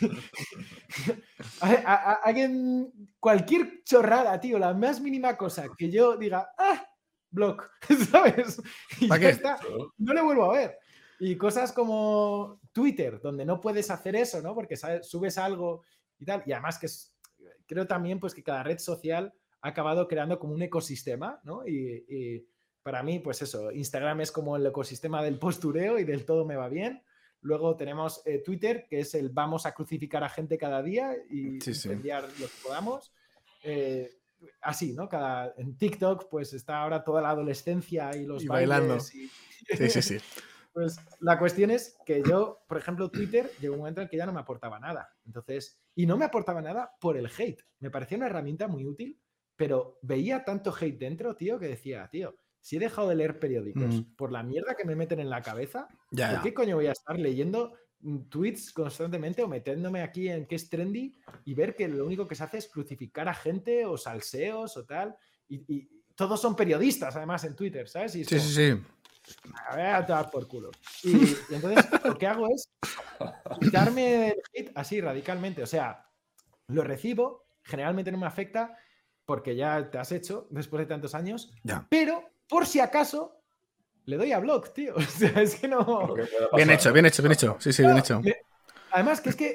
a, a, a, alguien, cualquier chorrada, tío, la más mínima cosa que yo diga, ah, blog, ¿sabes? Y ya está, no le vuelvo a ver. Y cosas como Twitter, donde no puedes hacer eso, ¿no? Porque ¿sabes? Subes algo y tal. Y además que es, creo también pues que cada red social ha acabado creando como un ecosistema, ¿no? Y, y para mí, pues eso, Instagram es como el ecosistema del postureo y del todo me va bien. Luego tenemos eh, Twitter, que es el vamos a crucificar a gente cada día y sí, sí. incendiar lo que podamos. Eh, así, ¿no? Cada, en TikTok, pues está ahora toda la adolescencia y los y bailes. Bailando. Y... Sí, sí, sí. Pues la cuestión es que yo, por ejemplo, Twitter, llegó un momento en que ya no me aportaba nada. Entonces, y no me aportaba nada por el hate. Me parecía una herramienta muy útil, pero veía tanto hate dentro, tío, que decía, tío, si he dejado de leer periódicos mm. por la mierda que me meten en la cabeza, ya, ¿por ya. qué coño voy a estar leyendo tweets constantemente o metiéndome aquí en qué es trendy y ver que lo único que se hace es crucificar a gente o salseos o tal? Y, y todos son periodistas, además, en Twitter, ¿sabes? Y sí, como, sí, sí. A ver, a tomar por culo. Y, y entonces lo que hago es quitarme el hate así radicalmente. O sea, lo recibo, generalmente no me afecta, porque ya te has hecho después de tantos años, ya. Pero por si acaso le doy a blog, tío. O sea, es que no... Bien hecho, bien hecho, bien hecho. Sí, sí, bien hecho. Además, que es que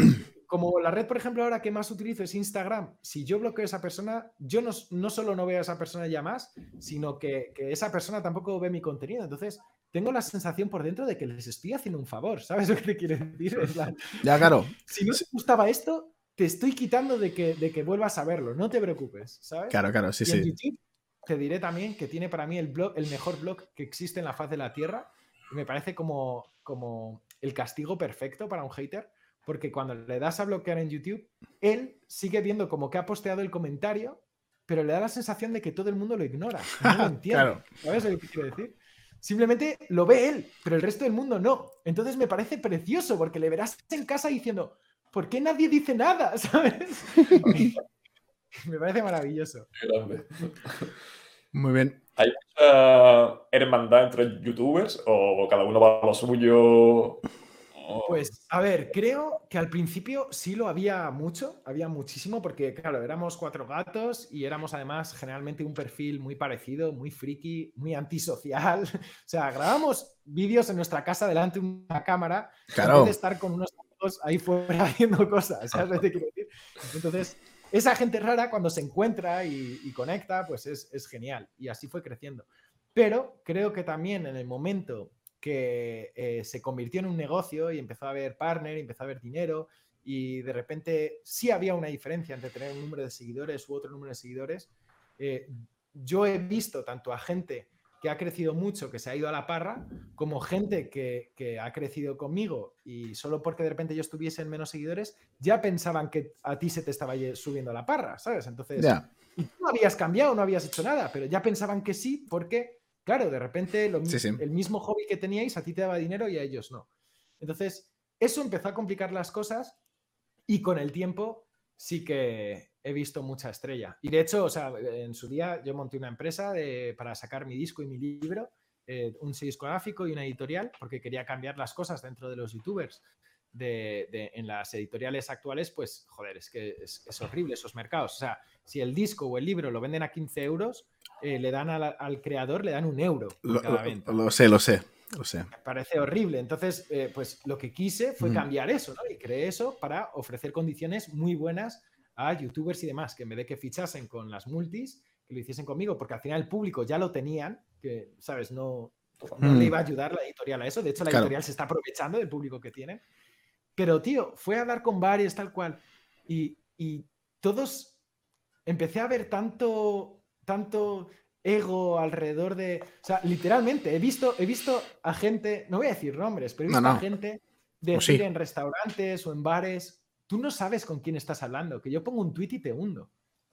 como la red, por ejemplo, ahora que más utilizo es Instagram, si yo bloqueo a esa persona, yo no, no solo no veo a esa persona ya más, sino que, que esa persona tampoco ve mi contenido. Entonces, tengo la sensación por dentro de que les estoy haciendo un favor. ¿Sabes lo que te quiero decir? Es la... Ya, claro. Si no te gustaba esto, te estoy quitando de que, de que vuelvas a verlo. No te preocupes, ¿sabes? Claro, claro, sí, y sí. En YouTube te diré también que tiene para mí el, blog, el mejor blog que existe en la faz de la Tierra. Y me parece como, como el castigo perfecto para un hater. Porque cuando le das a bloquear en YouTube, él sigue viendo como que ha posteado el comentario, pero le da la sensación de que todo el mundo lo ignora. No lo entiende. Claro. ¿Sabes lo que quiero decir? Simplemente lo ve él, pero el resto del mundo no. Entonces me parece precioso, porque le verás en casa diciendo, ¿por qué nadie dice nada? ¿Sabes? Me parece maravilloso. Grande. Muy bien. ¿Hay mucha hermandad entre youtubers o cada uno va a lo suyo? Pues, a ver, creo que al principio sí lo había mucho, había muchísimo, porque, claro, éramos cuatro gatos y éramos además generalmente un perfil muy parecido, muy friki, muy antisocial. O sea, grabamos vídeos en nuestra casa delante de una cámara, claro, en vez de estar con unos amigos ahí fuera haciendo cosas, ¿sabes lo que quiero decir? Entonces, esa gente rara cuando se encuentra y, y conecta, pues es, es genial. Y así fue creciendo. Pero creo que también en el momento que eh, se convirtió en un negocio y empezó a haber partner, y empezó a haber dinero y de repente sí había una diferencia entre tener un número de seguidores u otro número de seguidores. Eh, yo he visto tanto a gente que ha crecido mucho, que se ha ido a la parra, como gente que, que ha crecido conmigo y solo porque de repente yo estuviese en menos seguidores, ya pensaban que a ti se te estaba subiendo a la parra, ¿sabes? Entonces, yeah. y tú no habías cambiado, no habías hecho nada, pero ya pensaban que sí porque... Claro, de repente lo, sí, sí. el mismo hobby que teníais a ti te daba dinero y a ellos no. Entonces, eso empezó a complicar las cosas y con el tiempo sí que he visto mucha estrella. Y de hecho, o sea, en su día yo monté una empresa de, para sacar mi disco y mi libro, eh, un sello discográfico y una editorial, porque quería cambiar las cosas dentro de los youtubers. De, de, en las editoriales actuales, pues, joder, es que es, es horrible esos mercados. O sea, si el disco o el libro lo venden a quince euros, eh, le dan al, al creador, le dan un euro por lo, cada venta. Lo, lo sé, lo sé, lo sé. Me parece horrible. Entonces, eh, pues lo que quise fue mm. cambiar eso, ¿no? Y creé eso para ofrecer condiciones muy buenas a youtubers y demás, que en vez de que fichasen con las multis, que lo hiciesen conmigo, porque al final el público ya lo tenían, que, ¿sabes? No, no mm. le iba a ayudar la editorial a eso. De hecho, la claro. editorial se está aprovechando del público que tiene. Pero, tío, fue a hablar con varios, tal cual, y, y todos, empecé a ver tanto, tanto ego alrededor de... O sea, literalmente, he visto, he visto a gente, no voy a decir nombres, pero he visto no, no. a gente decir sí. en restaurantes o en bares, tú no sabes con quién estás hablando, que yo pongo un tuit y te hundo.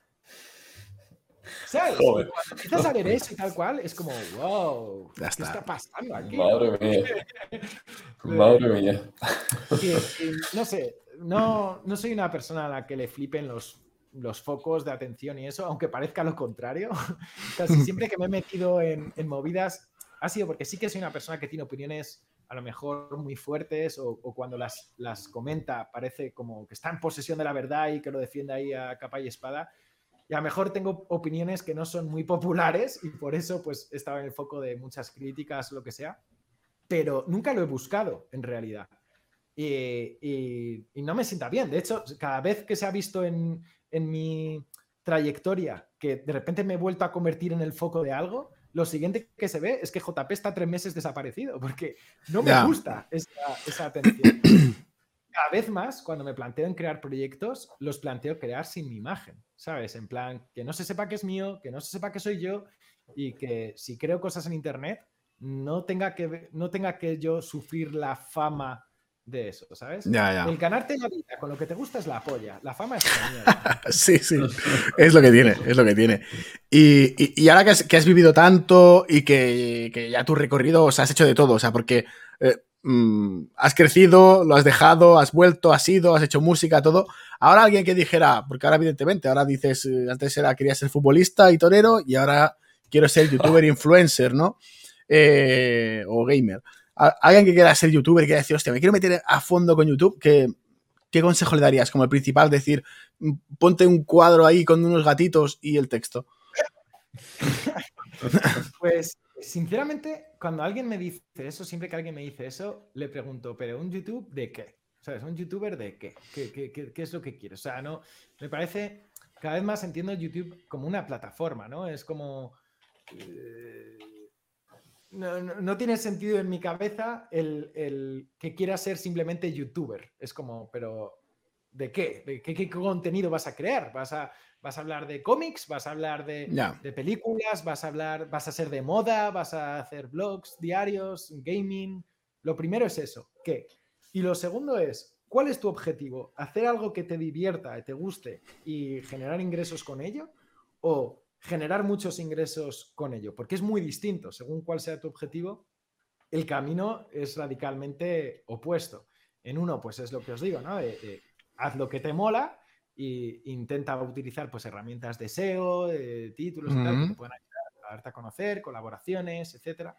¿Sabes? Joder. Cuando empiezas a ver eso y tal cual, es como, wow, ya ¿qué está. está pasando aquí? Madre mía. Madre mía. Y, y, no sé, no, no soy una persona a la que le flipen los, los focos de atención y eso, aunque parezca lo contrario. Casi siempre que me he metido en, en movidas ha sido porque sí que soy una persona que tiene opiniones a lo mejor muy fuertes o, o cuando las, las comenta parece como que está en posesión de la verdad y que lo defiende ahí a capa y espada. Y a lo mejor tengo opiniones que no son muy populares y por eso pues estaba en el foco de muchas críticas, lo que sea, pero nunca lo he buscado en realidad. Y, y, y no me sienta bien. De hecho, cada vez que se ha visto en, en mi trayectoria que de repente me he vuelto a convertir en el foco de algo, lo siguiente que se ve es que J P está tres meses desaparecido porque no me yeah. gusta esa, esa atención. Cada vez más, cuando me planteo en crear proyectos, los planteo crear sin mi imagen, ¿sabes? En plan, que no se sepa que es mío, que no se sepa que soy yo y que si creo cosas en internet no tenga que, no tenga que yo sufrir la fama de eso, ¿sabes? Ya, ya. El ganarte la vida con lo que te gusta es la polla, la fama es la mierda. Sí, sí, es lo que tiene, es lo que tiene. Y, y, y ahora que has, que has vivido tanto y que, que ya tu recorrido, o sea, has hecho de todo, o sea, porque... Eh, Mm, has crecido, lo has dejado, has vuelto, has ido, has hecho música, todo. Ahora alguien que dijera, porque ahora evidentemente, ahora dices, eh, antes era, querías ser futbolista y torero y ahora quiero ser youtuber influencer, ¿no? Eh, o gamer. A, alguien que quiera ser youtuber y quiera decir, hostia, me quiero meter a fondo con YouTube, ¿qué, qué consejo le darías? Como el principal, decir, ponte un cuadro ahí con unos gatitos y el texto. Pues... Sinceramente, cuando alguien me dice eso, siempre que alguien me dice eso, le pregunto, ¿pero un YouTube de qué? ¿Sabes? ¿Un youtuber de qué? ¿Qué, qué, qué, qué es lo que quieres? O sea, no, me parece, cada vez más entiendo YouTube como una plataforma, ¿no? Es como... Eh, no, no, no tiene sentido en mi cabeza el, el que quiera ser simplemente youtuber. Es como, pero ¿de qué? ¿De qué, qué contenido vas a crear? ¿Vas a, vas a hablar de cómics? ¿Vas a hablar de, yeah. de películas? ¿Vas a hablar, vas a ser de moda? ¿Vas a hacer blogs, diarios, gaming? Lo primero es eso, ¿qué? Y lo segundo es, ¿cuál es tu objetivo? ¿Hacer algo que te divierta, te guste y generar ingresos con ello? ¿O generar muchos ingresos con ello? Porque es muy distinto. Según cuál sea tu objetivo, el camino es radicalmente opuesto. En uno, pues es lo que os digo, ¿no? Eh, eh, haz lo que te mola e intenta utilizar pues, herramientas de S E O, de títulos mm-hmm. y tal, que te puedan ayudar a darte a conocer, colaboraciones, etcétera.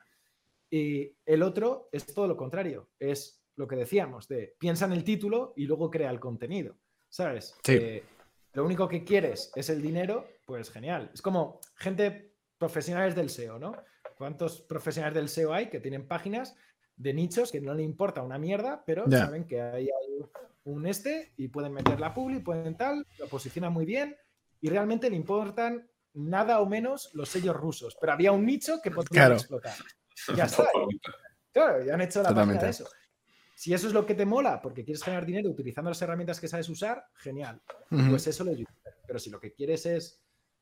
Y el otro es todo lo contrario. Es lo que decíamos, de piensa en el título y luego crea el contenido, ¿sabes? Sí. Eh, lo único que quieres es el dinero, pues genial. Es como gente profesionales del S E O, ¿no? ¿Cuántos profesionales del S E O hay que tienen páginas de nichos que no le importa una mierda, pero yeah. saben que ahí hay un este y pueden meter la publi, pueden tal, lo posicionan muy bien y realmente le importan nada o menos los sellos rusos, pero había un nicho que podría claro. explotar. Ya está. Claro, ya han hecho la Totalmente. Página de eso. Si eso es lo que te mola, porque quieres generar dinero utilizando las herramientas que sabes usar, genial. Uh-huh. Pues eso lo YouTube. Pero si lo que quieres es,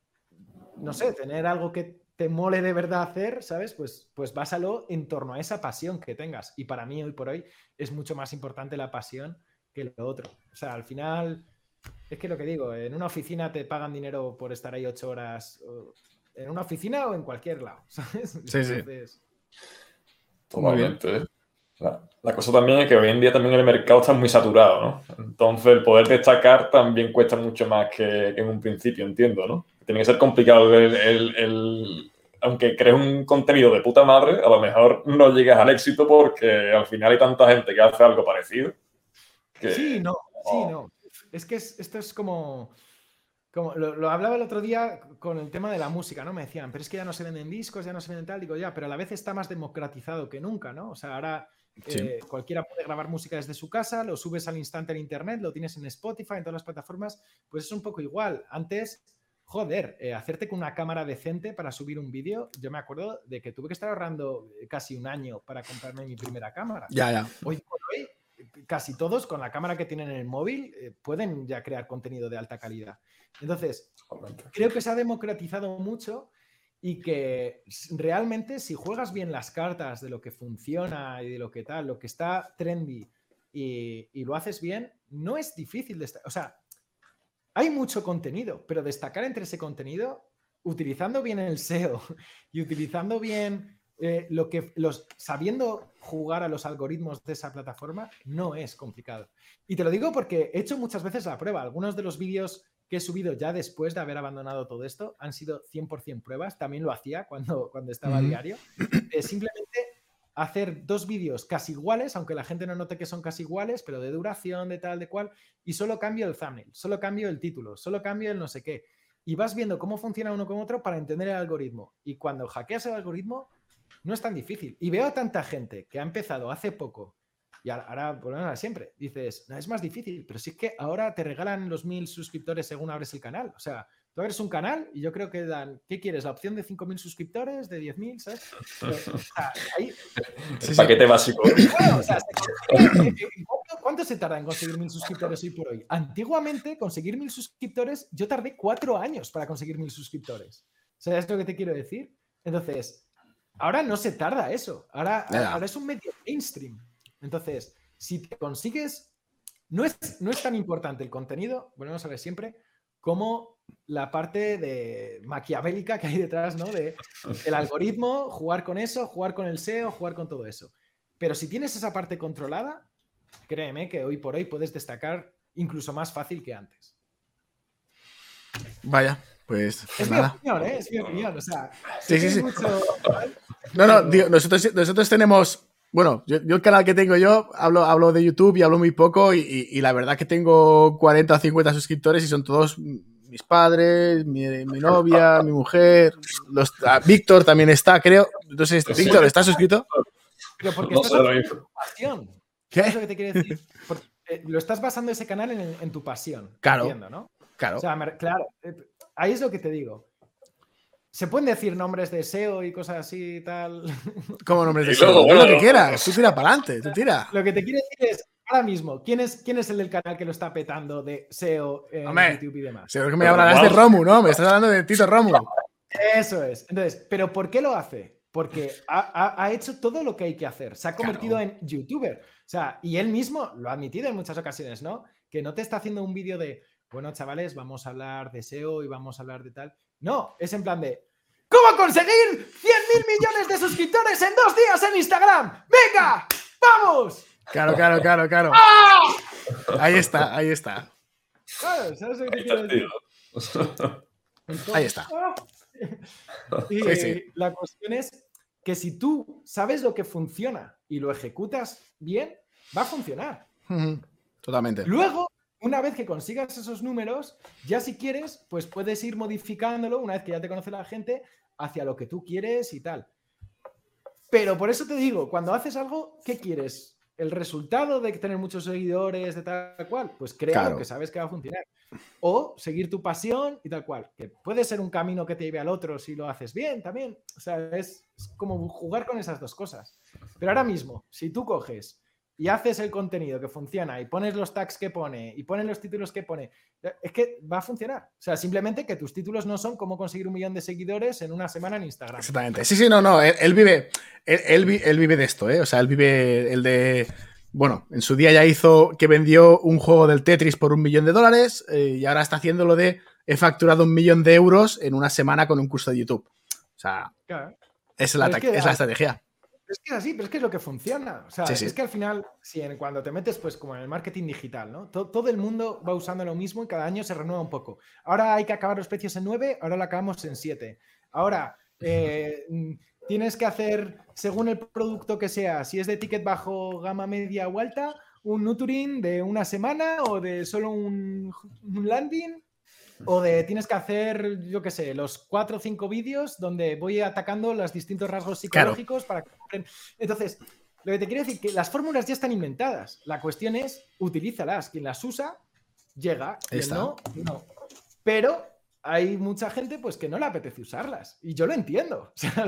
no sé, tener algo que te mole de verdad hacer, ¿sabes? Pues, pues básalo en torno a esa pasión que tengas. Y para mí, hoy por hoy, es mucho más importante la pasión que lo otro. O sea, al final, es que lo que digo, en una oficina te pagan dinero por estar ahí ocho horas, en una oficina o en cualquier lado, ¿sabes? Sí, Entonces, sí. Totalmente, ¿eh? La, la cosa también es que hoy en día también el mercado está muy saturado, ¿no? Entonces el poder destacar también cuesta mucho más que, que en un principio, entiendo, ¿no? Tiene que ser complicado el, el, el... Aunque crees un contenido de puta madre, a lo mejor no llegas al éxito porque al final hay tanta gente que hace algo parecido. Que... Sí, no, sí, no. Es que es, esto es como... como lo, lo hablaba el otro día con el tema de la música, ¿no? Me decían, pero es que ya no se venden discos, ya no se venden tal. Digo, ya, pero a la vez está más democratizado que nunca, ¿no? O sea, ahora... Eh, sí. Cualquiera puede grabar música desde su casa, lo subes al instante en internet, lo tienes en Spotify, en todas las plataformas, pues es un poco igual. Antes, joder, eh, hacerte con una cámara decente para subir un vídeo, yo me acuerdo de que tuve que estar ahorrando casi un año para comprarme mi primera cámara. Ya, ya. Hoy por hoy, casi todos con la cámara que tienen en el móvil eh, pueden ya crear contenido de alta calidad. Entonces, creo que se ha democratizado mucho. Y que realmente si juegas bien las cartas de lo que funciona y de lo que tal, lo que está trendy y, y lo haces bien, no es difícil destacar. O sea, hay mucho contenido, pero destacar entre ese contenido, utilizando bien el S E O y utilizando bien eh, lo que los sabiendo jugar a los algoritmos de esa plataforma, no es complicado. Y te lo digo porque he hecho muchas veces la prueba. Algunos de los vídeos que he subido ya después de haber abandonado todo esto han sido cien por ciento pruebas, también lo hacía cuando, cuando estaba uh-huh. a diario. Eh, simplemente hacer dos vídeos casi iguales, aunque la gente no note que son casi iguales, pero de duración, de tal, de cual, y solo cambio el thumbnail, solo cambio el título, solo cambio el no sé qué. Y vas viendo cómo funciona uno con otro para entender el algoritmo. Y cuando hackeas el algoritmo, no es tan difícil. Y veo a tanta gente que ha empezado hace poco y ahora, por lo menos siempre, dices, no, es más difícil, pero sí es que ahora te regalan los mil suscriptores según abres el canal. O sea, tú abres un canal y yo creo que dan, ¿qué quieres? ¿La opción de cinco mil suscriptores? ¿De diez mil? ¿Sabes? Pero, o sea, ahí... El paquete básico. Bueno, o sea, ¿cuánto, ¿cuánto se tarda en conseguir mil suscriptores hoy por hoy? Antiguamente, conseguir mil suscriptores, yo tardé cuatro años para conseguir mil suscriptores. ¿Sabes lo que te quiero decir? Entonces, ahora no se tarda eso. Ahora, yeah. ahora es un medio mainstream. Entonces, si te consigues, no es, no es tan importante el contenido, volvemos a ver siempre, como la parte de maquiavélica que hay detrás, ¿no? De el algoritmo, jugar con eso, jugar con el S E O, jugar con todo eso. Pero si tienes esa parte controlada, créeme que hoy por hoy puedes destacar incluso más fácil que antes. Vaya, pues... Es nada. mi opinión, ¿eh? Es mi opinión, o sea... Sí, sí, sí. Mucho... No, no, digo, nosotros, nosotros tenemos... Bueno, yo, yo el canal que tengo yo, hablo, hablo de YouTube y hablo muy poco y, y, y la verdad que tengo cuarenta o cincuenta suscriptores y son todos mis padres, mi, mi novia, mi mujer, los, ah, Víctor también está, creo. Entonces, sí. Víctor, ¿estás suscrito? Pero porque no estás haciendo pasión. ¿Qué? ¿Sabes lo que te quiero decir? Porque eh, lo estás basando ese canal en, en tu pasión. Claro. Entiendo, ¿no? Claro. O sea, me, claro, eh, ahí es lo que te digo. ¿Se pueden decir nombres de S E O y cosas así y tal? ¿Cómo nombres de Y S E O? luego, Haz lo bueno, que quieras. Tú tira para adelante, tú tira. Lo que te quiero decir es, ahora mismo, ¿quién es, quién es el del canal que lo está petando de S E O en Hombre, YouTube y demás? seguro que me hablarás de Romu, ¿no? Me estás hablando de Tito Romu. Eso es. Entonces, ¿pero por qué lo hace? Porque ha, ha- ha hecho todo lo que hay que hacer. Se ha convertido Claro. en youtuber. O sea, y él mismo lo ha admitido en muchas ocasiones, ¿no? Que no te está haciendo un vídeo de, bueno, chavales, vamos a hablar de S E O y vamos a hablar de tal. No, es en plan de, ¿cómo conseguir cien mil millones de suscriptores en dos días en Instagram? ¡Venga! ¡Vamos! Claro, claro, claro, claro. Ahí está, ahí está. Claro, ¿sabes lo que Ahí te quiero está, decir? tío. Entonces, Ahí está. ¡ah! Y Sí, sí. la cuestión es que si tú sabes lo que funciona y lo ejecutas bien, va a funcionar. Ujú, totalmente. Luego, una vez que consigas esos números, ya si quieres, pues puedes ir modificándolo, una vez que ya te conoce la gente, hacia lo que tú quieres y tal. Pero por eso te digo, cuando haces algo, ¿qué quieres? ¿El resultado de tener muchos seguidores, de tal cual? Pues crea Claro. lo que sabes que va a funcionar. O seguir tu pasión y tal cual. Que puede ser un camino que te lleve al otro si lo haces bien también. O sea, es, es como jugar con esas dos cosas. Pero ahora mismo, si tú coges y haces el contenido que funciona y pones los tags que pone y pones los títulos que pone, es que va a funcionar. O sea, simplemente que tus títulos no son cómo conseguir un millón de seguidores en una semana en Instagram. Exactamente. Sí, sí, no, no. Él, él vive. Él, él vi- él vive de esto, ¿eh? O sea, él vive el de. Bueno, en su día ya hizo que vendió un juego del Tetris por un millón de dólares eh, y ahora está haciendo lo de he facturado un millón de euros en una semana con un curso de YouTube. O sea, Claro. es la, Pero es que- es la estrategia. Es que es así, pero es que es lo que funciona. O sea, Sí, sí. es que al final, si en- cuando te metes, pues como en el marketing digital, ¿no? To- todo el mundo va usando lo mismo y cada año se renueva un poco. Ahora hay que acabar los precios en nueve, ahora lo acabamos en siete. Ahora, eh, mm, tienes que hacer, según el producto que sea, si es de ticket bajo, gama media o alta, un nurturing de una semana o de solo un, un landing. O de tienes que hacer, yo qué sé, los cuatro o cinco vídeos donde voy atacando los distintos rasgos Claro. psicológicos para que compren. Entonces, lo que te quiero decir es que las fórmulas ya están inventadas. La cuestión es, utilízalas. Quien las usa, llega. Ahí Quien está. no, no. Pero hay mucha gente pues que no le apetece usarlas. Y yo lo entiendo. O sea,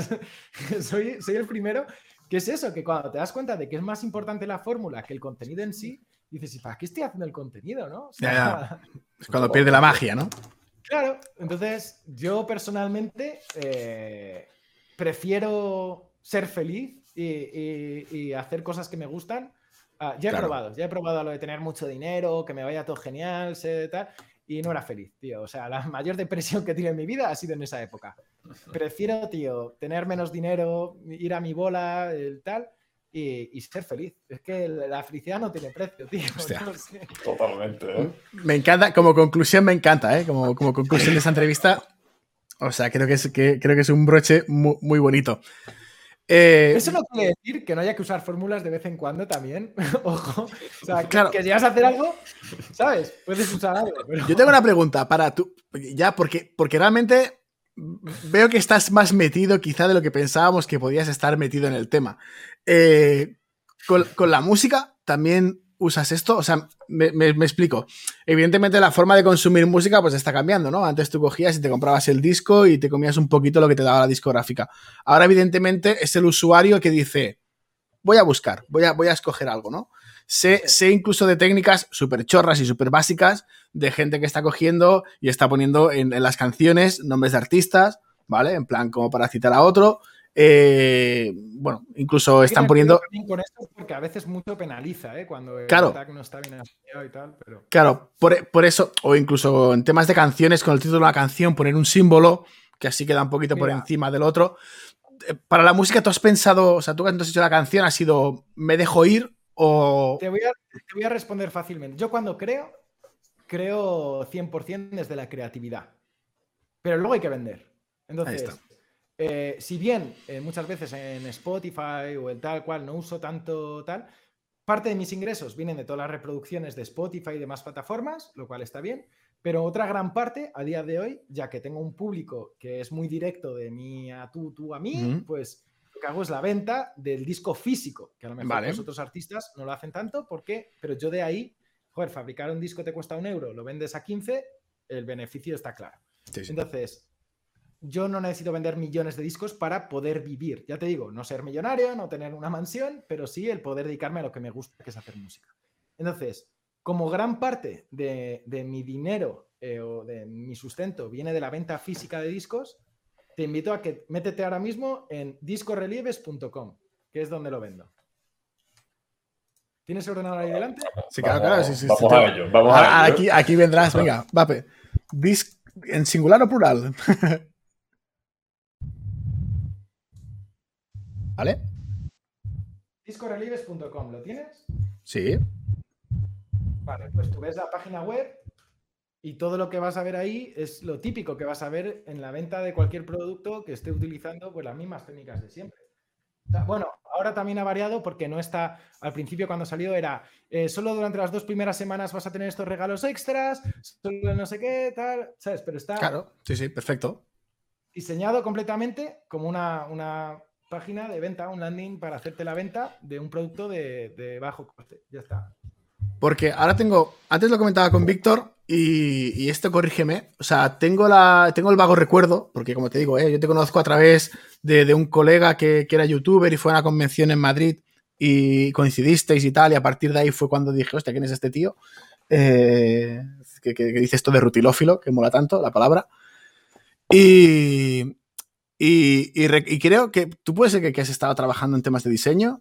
soy, soy el primero que es eso, que cuando te das cuenta de que es más importante la fórmula que el contenido en sí, dices, ¿y para qué estoy haciendo el contenido, no? O sea, Ya, ya. Es cuando pierde la magia, ¿no? Claro, entonces yo personalmente eh, prefiero ser feliz y, y- y hacer cosas que me gustan. Ah, ya he Claro. probado, ya he probado lo de tener mucho dinero, que me vaya todo genial, sé tal, y no era feliz, tío. O sea, la mayor depresión que he tenido en mi vida ha sido en esa época. Prefiero, tío, tener menos dinero, ir a mi bola, el tal, y, y ser feliz. Es que la felicidad no tiene precio, tío. Hostia. No sé. Totalmente, ¿eh? Me encanta, como conclusión me encanta, ¿eh? Como, como conclusión de esta entrevista. O sea, creo que es, que, creo que es un broche muy, muy bonito. Eh, Eso no quiere decir que no haya que usar fórmulas de vez en cuando también. Ojo. O sea, que, Claro. que llegas a hacer algo, ¿sabes? Puedes usar algo. Pero... Yo tengo una pregunta para tú, ya, porque, porque realmente veo que estás más metido quizá de lo que pensábamos que podías estar metido en el tema. Eh, con, con la música también usas esto, o sea, me, me, me explico. Evidentemente la forma de consumir música pues está cambiando, ¿no? Antes tú cogías y te comprabas el disco y te comías un poquito lo que te daba la discográfica. Ahora evidentemente es el usuario que dice, voy a buscar, voy a, voy a escoger algo, ¿no? Sé, sé incluso de técnicas súper chorras y súper básicas de gente que está cogiendo y está poniendo en, en las canciones nombres de artistas, ¿vale? En plan, como para citar a otro. Eh, bueno, incluso están poniendo... Con esto porque a veces mucho penaliza, ¿eh? Cuando el Claro. tag no está bien asociado y tal, pero... Claro, por, por eso, o incluso en temas de canciones, con el título de la canción, poner un símbolo que así queda un poquito por Mira. encima del otro. Eh, Para la música, ¿tú has pensado, o sea, tú cuando has hecho la canción, ha sido, ¿me dejo ir o...? Te voy, a, te voy a responder fácilmente. Yo cuando creo, creo cien por ciento desde la creatividad. Pero luego hay que vender. Entonces, Ahí está. eh, si bien eh, muchas veces en Spotify o el tal cual no uso tanto tal, parte de mis ingresos vienen de todas las reproducciones de Spotify y demás plataformas, lo cual está bien. Pero otra gran parte, a día de hoy, ya que tengo un público que es muy directo de mí a tú, tú a mí, Ujú. pues lo que hago es la venta del disco físico, que a lo mejor Vale. los otros artistas no lo hacen tanto, ¿por qué? Pero yo de ahí joder, fabricar un disco te cuesta un euro, lo vendes a quince, el beneficio está claro. Sí, sí. Entonces, yo no necesito vender millones de discos para poder vivir. Ya te digo, no ser millonario, no tener una mansión, pero sí el poder dedicarme a lo que me gusta, que es hacer música. Entonces, como gran parte de, de mi dinero eh, o de mi sustento viene de la venta física de discos, te invito a que métete ahora mismo en disco relieves punto com, que es donde lo vendo. ¿Tienes el ordenador ahí delante? Sí, claro, Vamos, claro. Sí, sí, vamos sí, a ello, vamos a Ah, ello. Aquí, aquí vendrás, venga, Vape. Dis ¿En singular o plural? ¿Vale? disco relieves punto com, ¿lo tienes? Sí. Vale, pues tú ves la página web y todo lo que vas a ver ahí es lo típico que vas a ver en la venta de cualquier producto que esté utilizando pues las mismas técnicas de siempre. Bueno, ahora también ha variado porque no está, al principio cuando salió era eh, solo durante las dos primeras semanas vas a tener estos regalos extras, solo no sé qué, tal, ¿sabes? Pero está Claro, sí, sí, perfecto. diseñado completamente como una, una página de venta, un landing para hacerte la venta de un producto de, de bajo coste. Ya está. Porque ahora tengo, antes lo comentaba con Víctor y, y esto corrígeme, o sea, tengo, la, tengo el vago recuerdo, porque como te digo, eh, yo te conozco a través de, de un colega que, que era youtuber y fue a una convención en Madrid y coincidisteis y tal, y a partir de ahí fue cuando dije, hostia, ¿quién es este tío? Eh, que, que, que dice esto de rutilófilo, que mola tanto la palabra. Y, y, y, re, y creo que tú puedes ser que, que has estado trabajando en temas de diseño.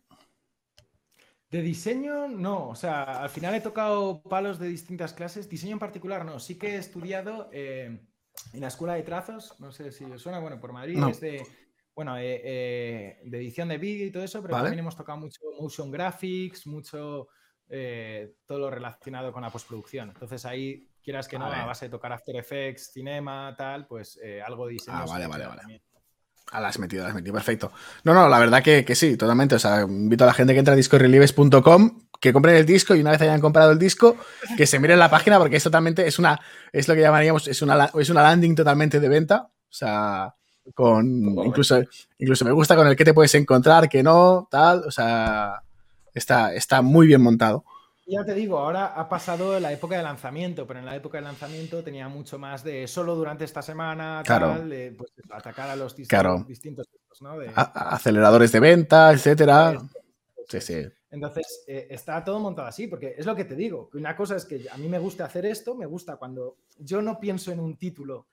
De diseño, no. O sea, al final he tocado palos de distintas clases. Diseño en particular, no. Sí que he estudiado eh, en la Escuela de Trazos. No sé si os suena. Bueno, por Madrid No. es de, bueno, eh, eh, de edición de vídeo y todo eso, pero ¿Vale? también hemos tocado mucho motion graphics, mucho eh, todo lo relacionado con la postproducción. Entonces ahí, quieras que Vale. no, a base de tocar After Effects, cinema, tal, pues eh, algo de diseño. Ah, vale, sí que vale, queda vale. también. Ah, la has metido, la has metido, perfecto. No, no, la verdad que, que sí, totalmente. O sea, invito a la gente que entra a disco relieves punto com, que compren el disco y una vez hayan comprado el disco, que se miren la página porque es totalmente, es una, es lo que llamaríamos, es una, es una landing totalmente de venta. O sea, con, incluso, incluso me gusta con el que te puedes encontrar, que no, tal. O sea, está, está muy bien montado. Ya te digo, ahora ha pasado la época de lanzamiento, pero en la época de lanzamiento tenía mucho más de solo durante esta semana, Claro. tal, de, pues, atacar a los distintos, Claro. distintos tipos, ¿no? De, A, a aceleradores de venta, etcétera. Sí, sí. Entonces, eh, está todo montado así, porque es lo que te digo, que una cosa es que a mí me gusta hacer esto, me gusta cuando yo no pienso en un título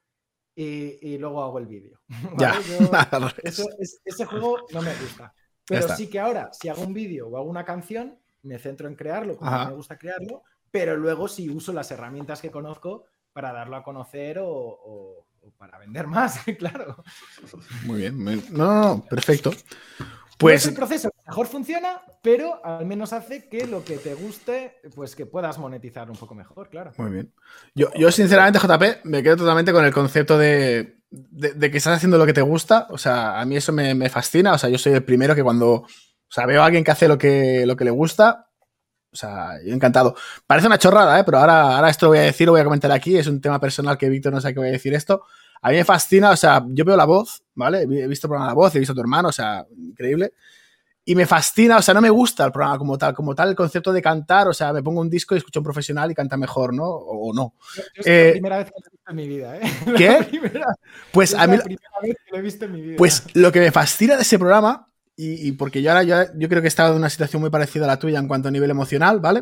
y, y luego hago el vídeo. ¿Vale? Ya, Yo, al revés. eso, es, ese juego no me gusta. Pero sí que ahora, si hago un vídeo o hago una canción, me centro en crearlo, como a mí me gusta crearlo, pero luego sí uso las herramientas que conozco para darlo a conocer o, o, o para vender más, claro. Muy bien. Muy, no, no, no, perfecto. Pues Pues no es el proceso que mejor funciona, pero al menos hace que lo que te guste, pues que puedas monetizar un poco mejor, claro. Muy bien. Yo, yo sinceramente, J P, me quedo totalmente con el concepto de, de, de que estás haciendo lo que te gusta. O sea, a mí eso me, me fascina. O sea, yo soy el primero que cuando... O sea, veo a alguien que hace lo que, lo que le gusta. O sea, yo encantado. Parece una chorrada, ¿eh? Pero ahora, ahora esto lo voy a decir, lo voy a comentar aquí. Es un tema personal que Víctor no sabe que voy a decir esto. A mí me fascina, o sea, yo veo La Voz, ¿vale? He visto el programa La Voz, he visto a tu hermano, o sea, increíble. Y me fascina, o sea, no me gusta el programa como tal, como tal el concepto de cantar, o sea, me pongo un disco y escucho a un profesional y canta mejor, ¿no? O, o no. Yo, yo es Eh, la primera vez que lo he visto en mi vida, ¿eh? ¿Qué? La primera, Pues es a mí... la primera vez que lo he visto en mi vida. Pues lo que me fascina de ese programa, y, y porque yo ahora yo, yo creo que he estado en una situación muy parecida a la tuya en cuanto a nivel emocional, ¿vale?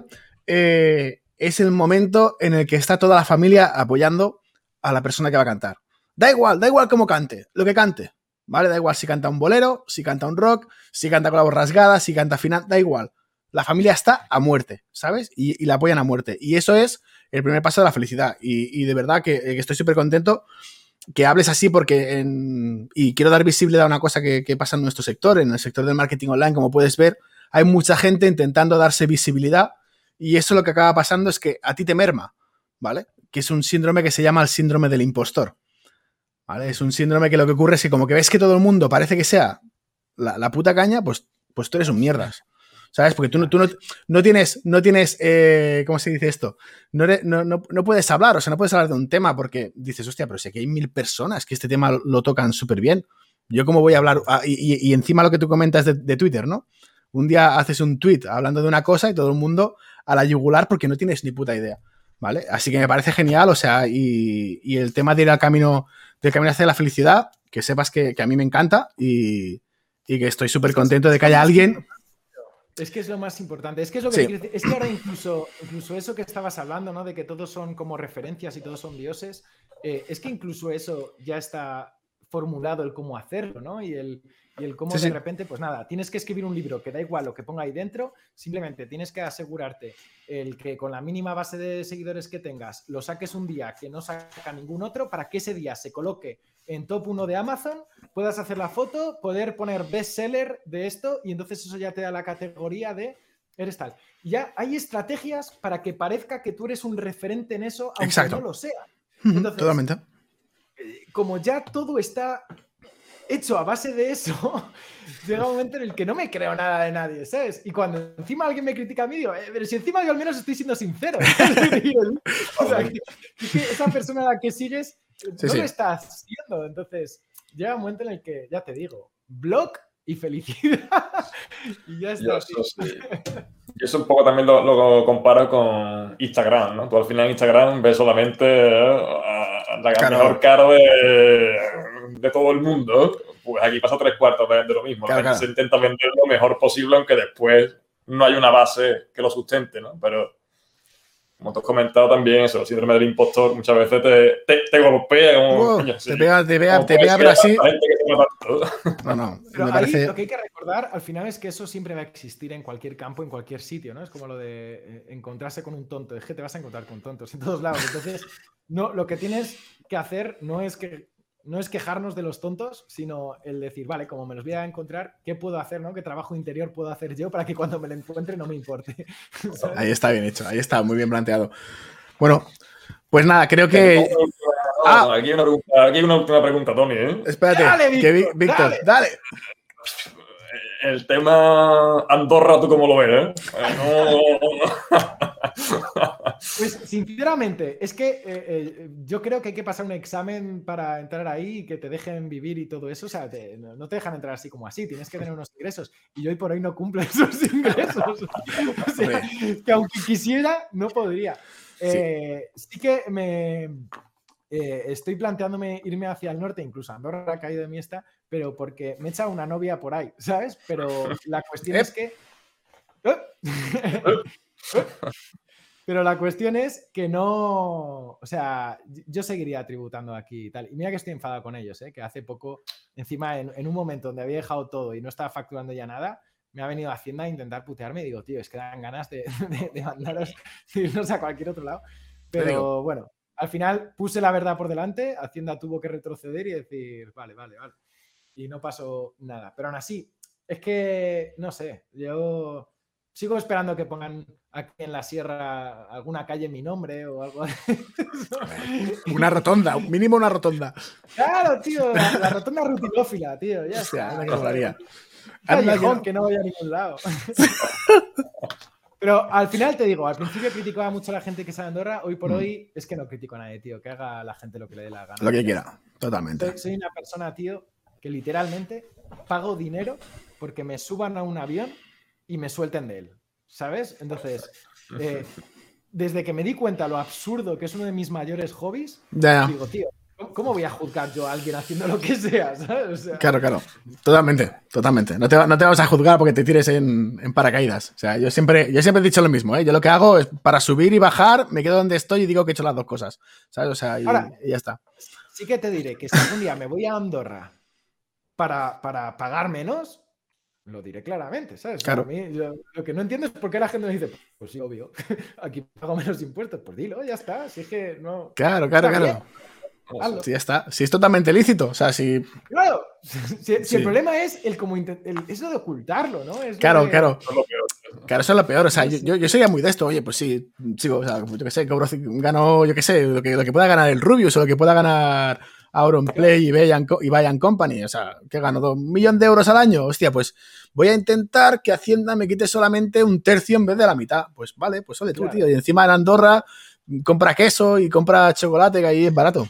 Eh, es el momento en el que está toda la familia apoyando a la persona que va a cantar. Da igual, da igual cómo cante, lo que cante, ¿vale? Da igual si canta un bolero, si canta un rock, si canta con la voz rasgada, si canta final, da igual. La familia está a muerte, ¿sabes? Y, y la apoyan a muerte. Y eso es el primer paso de la felicidad. Y, y de verdad que, que estoy súper contento que hables así porque... En, y quiero dar visibilidad a una cosa que, que pasa en nuestro sector, en el sector del marketing online, como puedes ver, hay mucha gente intentando darse visibilidad y eso lo que acaba pasando es que a ti te merma, ¿vale? Que es un síndrome que se llama el síndrome del impostor. ¿Vale? Es un síndrome que lo que ocurre es que como que ves que todo el mundo parece que sea la, la puta caña, pues, pues tú eres un mierdas. ¿Sabes? Porque tú, no, tú no, no tienes, no tienes eh, ¿cómo se dice esto? No, eres, no, no, no puedes hablar, o sea, no puedes hablar de un tema porque dices, hostia, pero si aquí hay mil personas que este tema lo, lo tocan súper bien. Yo cómo voy a hablar, ah, y, y, y encima lo que tú comentas de, de Twitter, ¿no? un día haces un tweet hablando de una cosa y todo el mundo a la yugular porque no tienes ni puta idea, ¿vale? Así que me parece genial, o sea, y, y el tema de ir al camino, del camino hacia la felicidad, que sepas que, que a mí me encanta y, y que estoy súper contento de que haya alguien... Es que es lo más importante. Es que es lo que, Sí. te quiero decir. Es que ahora incluso, incluso eso que estabas hablando, ¿no? De que todos son como referencias y todos son dioses. Eh, es que incluso eso ya está formulado el cómo hacerlo, ¿no? Y el, y el cómo Sí, de sí. repente, pues nada, tienes que escribir un libro que da igual lo que ponga ahí dentro, simplemente tienes que asegurarte el que con la mínima base de seguidores que tengas lo saques un día que no saca ningún otro para que ese día se coloque en top uno de Amazon, puedas hacer la foto, poder poner bestseller de esto y entonces eso ya te da la categoría de eres tal. Y ya hay estrategias para que parezca que tú eres un referente en eso, aunque Exacto. no lo sea. Ujú, Entonces, totalmente. como ya todo está hecho a base de eso, llega un momento en el que no me creo nada de nadie, ¿sabes? Y cuando encima alguien me critica a mí, digo, eh, pero si encima yo al menos estoy siendo sincero. O sea, que, que esa persona a la que sigues Sí, no sí. lo está haciendo. Entonces, llega un momento en el que, ya te digo, blog y felicidad. Y ya Yo está. eso sí. Y eso un poco también lo, lo comparo con Instagram, ¿no? Tú al final en Instagram ves solamente eh, a la Claro. mejor cara de, de todo el mundo. Pues aquí pasa tres cuartos de, de lo mismo. Claro, La gente claro. se intenta vender lo mejor posible, aunque después no hay una base que lo sustente, ¿no? Pero, como tú has comentado también, eso, el síndrome del impostor muchas veces te, te, te golpea como, Wow, coño, sí, te pega, te pega, ¿cómo te puede pega, ser pero así... tanta gente que se mata tanto? No, no, Pero me ahí parece... lo que hay que recordar al final es que eso siempre va a existir en cualquier campo, en cualquier sitio, ¿no? Es como lo de eh, encontrarse con un tonto. Es que te vas a encontrar con tontos en todos lados. Entonces, no, lo que tienes que hacer no es que no es quejarnos de los tontos, sino el decir, vale, como me los voy a encontrar, ¿qué puedo hacer, no? ¿Qué trabajo interior puedo hacer yo para que cuando me lo encuentre no me importe? ¿Sabes? Ahí está bien hecho, ahí está muy bien planteado. Bueno, pues nada, creo Tengo que... una última- Ah. no, aquí, hay una, pregunta- aquí hay una última pregunta, Tony, ¿eh? Espérate, Dale, que Víctor, Vi- Víctor, dale. dale. El tema Andorra, ¿tú cómo lo ves? Eh? No... Pues sinceramente, es que eh, eh, yo creo que hay que pasar un examen para entrar ahí y que te dejen vivir y todo eso. O sea, te- no, no te dejan entrar así como así, tienes que tener unos ingresos. Y yo hoy por hoy no cumplo esos ingresos. O sea, que aunque quisiera, no podría. Eh, sí que me eh, estoy planteándome irme hacia el norte, incluso Andorra ha caído de mí esta, pero porque me he echado una novia por ahí, ¿sabes? Pero la cuestión Eh. es que... Pero la cuestión es que no, o sea, yo seguiría tributando aquí y tal. Y mira que estoy enfadado con ellos, ¿eh? Que hace poco, encima en, en un momento donde había dejado todo y no estaba facturando ya nada, me ha venido Hacienda a intentar putearme y digo, tío, es que dan ganas de, de, de mandaros, de irnos a cualquier otro lado. Pero bueno, al final puse la verdad por delante, Hacienda tuvo que retroceder y decir, vale, vale, vale. Y no pasó nada. Pero aún así, es que, no sé, yo... Sigo esperando que pongan aquí en la sierra alguna calle en mi nombre o algo de eso. Una rotonda, mínimo una rotonda. Claro, tío, la, la rotonda rutilófila, tío. Ya O sea, está. anda que molaría. Un Anda callejón que- que no vaya a ningún lado. Pero al final te digo, al principio criticaba mucho a la gente que sale de Andorra, hoy por Mm. hoy es que no critico a nadie, tío. Que haga la gente lo que le dé la gana. Lo que quiera, totalmente. Soy, soy una persona, tío, que literalmente pago dinero porque me suban a un avión y me suelten de él, ¿sabes? Entonces, eh, desde que me di cuenta lo absurdo que es uno de mis mayores hobbies, Ya, digo, tío, ¿cómo- ¿cómo voy a juzgar yo a alguien haciendo lo que sea? ¿Sabes? O sea, claro, claro. Totalmente, totalmente. No te, va- no te vamos a juzgar porque te tires en, en paracaídas. O sea, yo siempre, yo siempre he dicho lo mismo, ¿eh? Yo lo que hago es para subir y bajar, me quedo donde estoy y digo que he hecho las dos cosas. ¿Sabes? O sea, y, Ahora- y ya está. sí que te diré que si algún día me voy a Andorra para, para pagar menos, lo diré claramente, ¿sabes? O sea, Claro. a mí, yo- lo que no entiendo es por qué la gente me dice, pues sí, obvio, aquí pago menos impuestos, pues dilo, ya está, si es que no... Claro, claro, Está claro. Hazlo. Sí, ya está. Si es totalmente lícito. O sea, si. Claro, si, si Sí. el problema es el como intent- el- eso de ocultarlo, ¿no? Es lo Claro, de- claro. Eso es lo peor. Claro, eso es lo peor. O sea, yo, yo, yo sería muy de esto. Oye, pues sí, sigo, o sea, yo qué sé, cobro, gano, yo qué sé, lo que, lo que pueda ganar el Rubius o lo que pueda ganar Auronplay y Bayan y Bayan Company. O sea, que gano dos, un millón de euros al año. Hostia, pues voy a intentar que Hacienda me quite solamente un tercio en vez de la mitad. Pues vale, pues ole tú, Claro. tío. Y encima en Andorra compra queso y compra chocolate, que ahí es barato.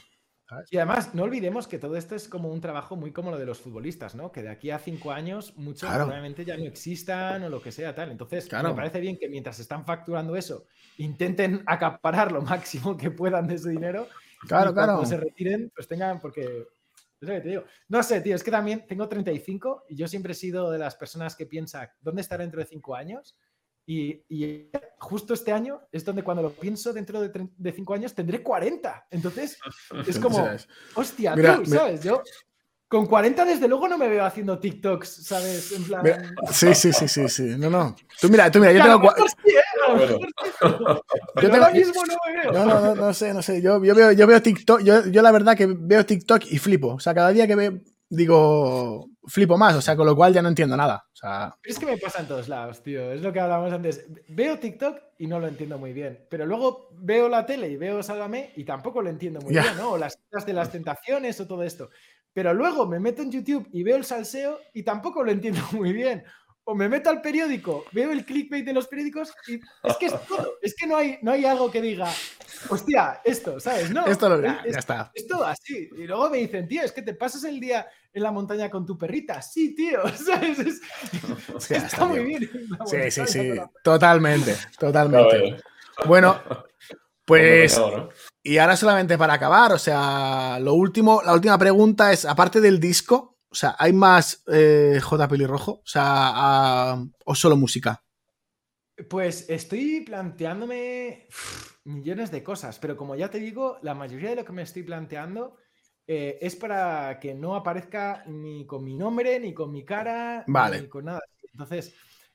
¿sabes? Y además, no olvidemos que todo esto es como un trabajo muy como lo de los futbolistas, ¿no? Que de aquí a cinco años muchos Claro. probablemente ya no existan o lo que sea, tal. Entonces, Claro. me parece bien que mientras están facturando eso, intenten acaparar lo máximo que puedan de ese dinero. Claro, y cuando claro. se retiren, pues tengan, porque... Es lo que te digo. No sé, tío, es que también tengo treinta y cinco y yo siempre he sido de las personas que piensa, ¿dónde estaré dentro de cinco años? Y, y justo este año es donde cuando lo pienso dentro de, tre- de cinco años tendré cuarenta. Entonces es como, ¿Sabes? hostia, Mira, tú, me- ¿sabes? Yo con cuarenta desde luego no me veo haciendo TikToks, ¿sabes? En plan... Mira, sí, sí, sí, sí, sí. No, no. Tú mira, tú mira, yo Que a lo tengo... cua- mejor sí, ¿eh? A lo Bueno. mejor sí, pero- Yo pero tengo- ahora mismo no me veo. No, no, no, no sé, no sé. Yo, yo, veo, yo veo TikTok, yo, yo la verdad que veo TikTok y flipo. O sea, cada día que veo, digo, flipo más. O sea, con lo cual ya no entiendo nada. O sea, Pero es que me pasa en todos lados, tío. Es lo que hablábamos antes. Veo TikTok y no lo entiendo muy bien. Pero luego veo la tele y veo Sálvame y tampoco lo entiendo muy Ya. bien, ¿no? O las cosas de las tentaciones o todo esto. Pero luego me meto en YouTube y veo el salseo y tampoco lo entiendo muy bien. O me meto al periódico, veo el clickbait de los periódicos y es que es todo. Es que no hay, no hay algo que diga, hostia, esto, ¿sabes? No. esto lo, es- ya, es- ya está. es todo así. Y luego me dicen, tío, es que te pasas el día en la montaña con tu perrita. Sí, tío. ¿Sabes? Es- Sí, ya está está, muy tío. bien. en la Sí, sí, montaña sí. con la- Totalmente, Claro, totalmente. eh. Bueno, pues... Hombre, ¿no? Y ahora solamente para acabar, o sea, lo último, la última pregunta es, aparte del disco, o sea, ¿hay más eh, J. Pelirrojo? O sea, ah, ¿o solo música? Pues estoy planteándome uf, millones de cosas, pero como ya te digo, la mayoría de lo que me estoy planteando eh, es para que no aparezca ni con mi nombre, ni con mi cara, Vale. ni con nada. Entonces,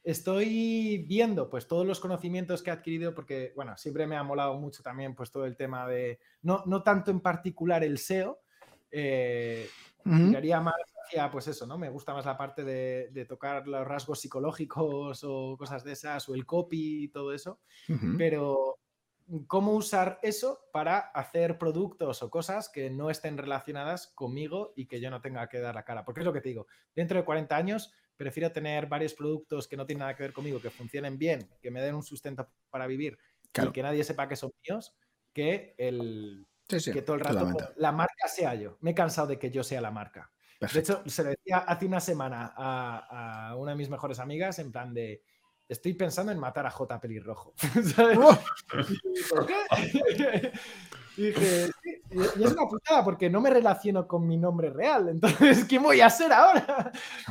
estoy viendo pues todos los conocimientos que he adquirido, porque, bueno, siempre me ha molado mucho también pues todo el tema de, no, no tanto en particular el S E O, eh, Ujú. tiraría más hacia, pues eso, ¿no? Me gusta más la parte de, de tocar los rasgos psicológicos o cosas de esas, o el copy y todo eso. Ujú. Pero cómo usar eso para hacer productos o cosas que no estén relacionadas conmigo y que yo no tenga que dar la cara. Porque es lo que te digo, dentro de cuarenta años prefiero tener varios productos que no tienen nada que ver conmigo, que funcionen bien, que me den un sustento para vivir Claro. y que nadie sepa que son míos, que el... Sí, sí, que todo el rato totalmente. la marca sea yo. Me he cansado de que yo sea la marca. Perfecto. De hecho, se lo decía hace una semana a, a una de mis mejores amigas en plan de estoy pensando en matar a J. Pelirrojo. ¿Sabes? ¡Oh! Y, ¿por qué? Y dije, sí, y y es una putada porque no me relaciono con mi nombre real. Entonces, ¿quién voy a ser ahora?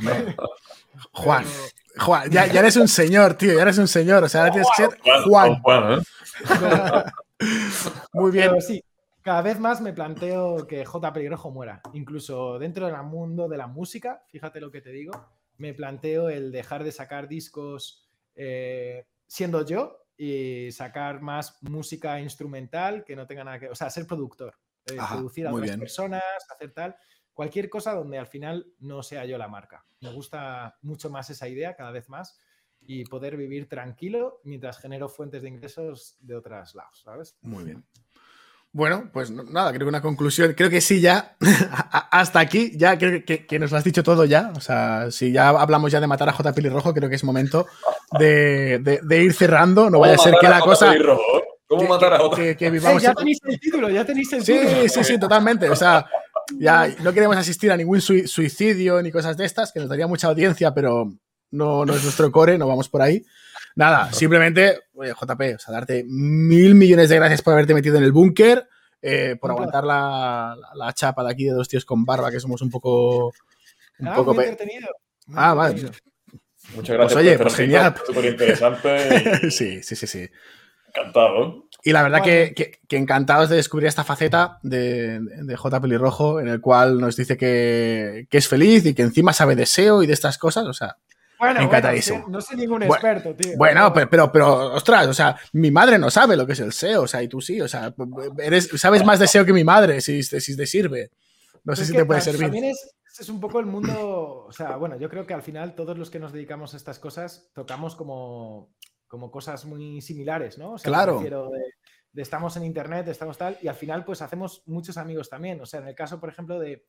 Juan, Pero- Juan, ya, ya eres un señor, tío, ya eres un señor. O sea, ahora tienes que ser Juan, Juan. Juan, ¿eh? Muy bien. Pero sí, cada vez más me planteo que J. Pelirrojo muera. Incluso dentro del mundo de la música, fíjate lo que te digo, me planteo el dejar de sacar discos eh, siendo yo y sacar más música instrumental que no tenga nada que... O sea, ser productor, eh, Ajá, producir a muy otras bien. personas, hacer tal... Cualquier cosa donde al final no sea yo la marca. Me gusta mucho más esa idea, cada vez más, y poder vivir tranquilo mientras genero fuentes de ingresos de otros lados, ¿sabes? Muy bien. Bueno, pues no- nada, creo que una conclusión, creo que sí ya, hasta aquí, ya creo que, que nos lo has dicho todo ya, o sea, si ya hablamos ya de matar a J. Pelirrojo, creo que es momento de, de- de ir cerrando, no vaya a ser que la cosa... ¿Cómo que- matar a que- J? que- que Eh, vivamos ya en- tenéis el título, ya tenéis el título. Sí, sí, sí, totalmente, o sea, ya no queremos asistir a ningún sui- suicidio ni cosas de estas, que nos daría mucha audiencia, pero no, no es nuestro core, no vamos por ahí. Nada, simplemente, oye, J P, o sea, darte mil millones de gracias por haberte metido en el búnker, eh, por Un aguantar la, la, la chapa de aquí de dos tíos con barba, que somos un poco... Un Ah, poco muy pe- entretenido. muy Ah, vale. entretenido. Muchas gracias Pues oye, por pues este genial. ratito, súper interesante y Sí, sí, sí, sí. encantado. Y la verdad que, Igualmente. que, que encantados de descubrir esta faceta de, de J. Pelirrojo, en el cual nos dice que, que es feliz y que encima sabe de S E O y de estas cosas, o sea... Bueno, Encantadísimo. bueno, sí, no soy ningún Bueno, experto, tío. Bueno, pero, pero, pero, ostras, o sea, mi madre no sabe lo que es el S E O, o sea, y tú sí, o sea, eres, sabes más de S E O que mi madre, si, si te sirve. No sé Es si que te puede ta- servir. También es, es un poco el mundo, o sea, bueno, yo creo que al final todos los que nos dedicamos a estas cosas tocamos como, como cosas muy similares, ¿no? O sea, Claro. me refiero de, de estamos en internet, estamos tal, y al final pues hacemos muchos amigos también. O sea, en el caso, por ejemplo, de...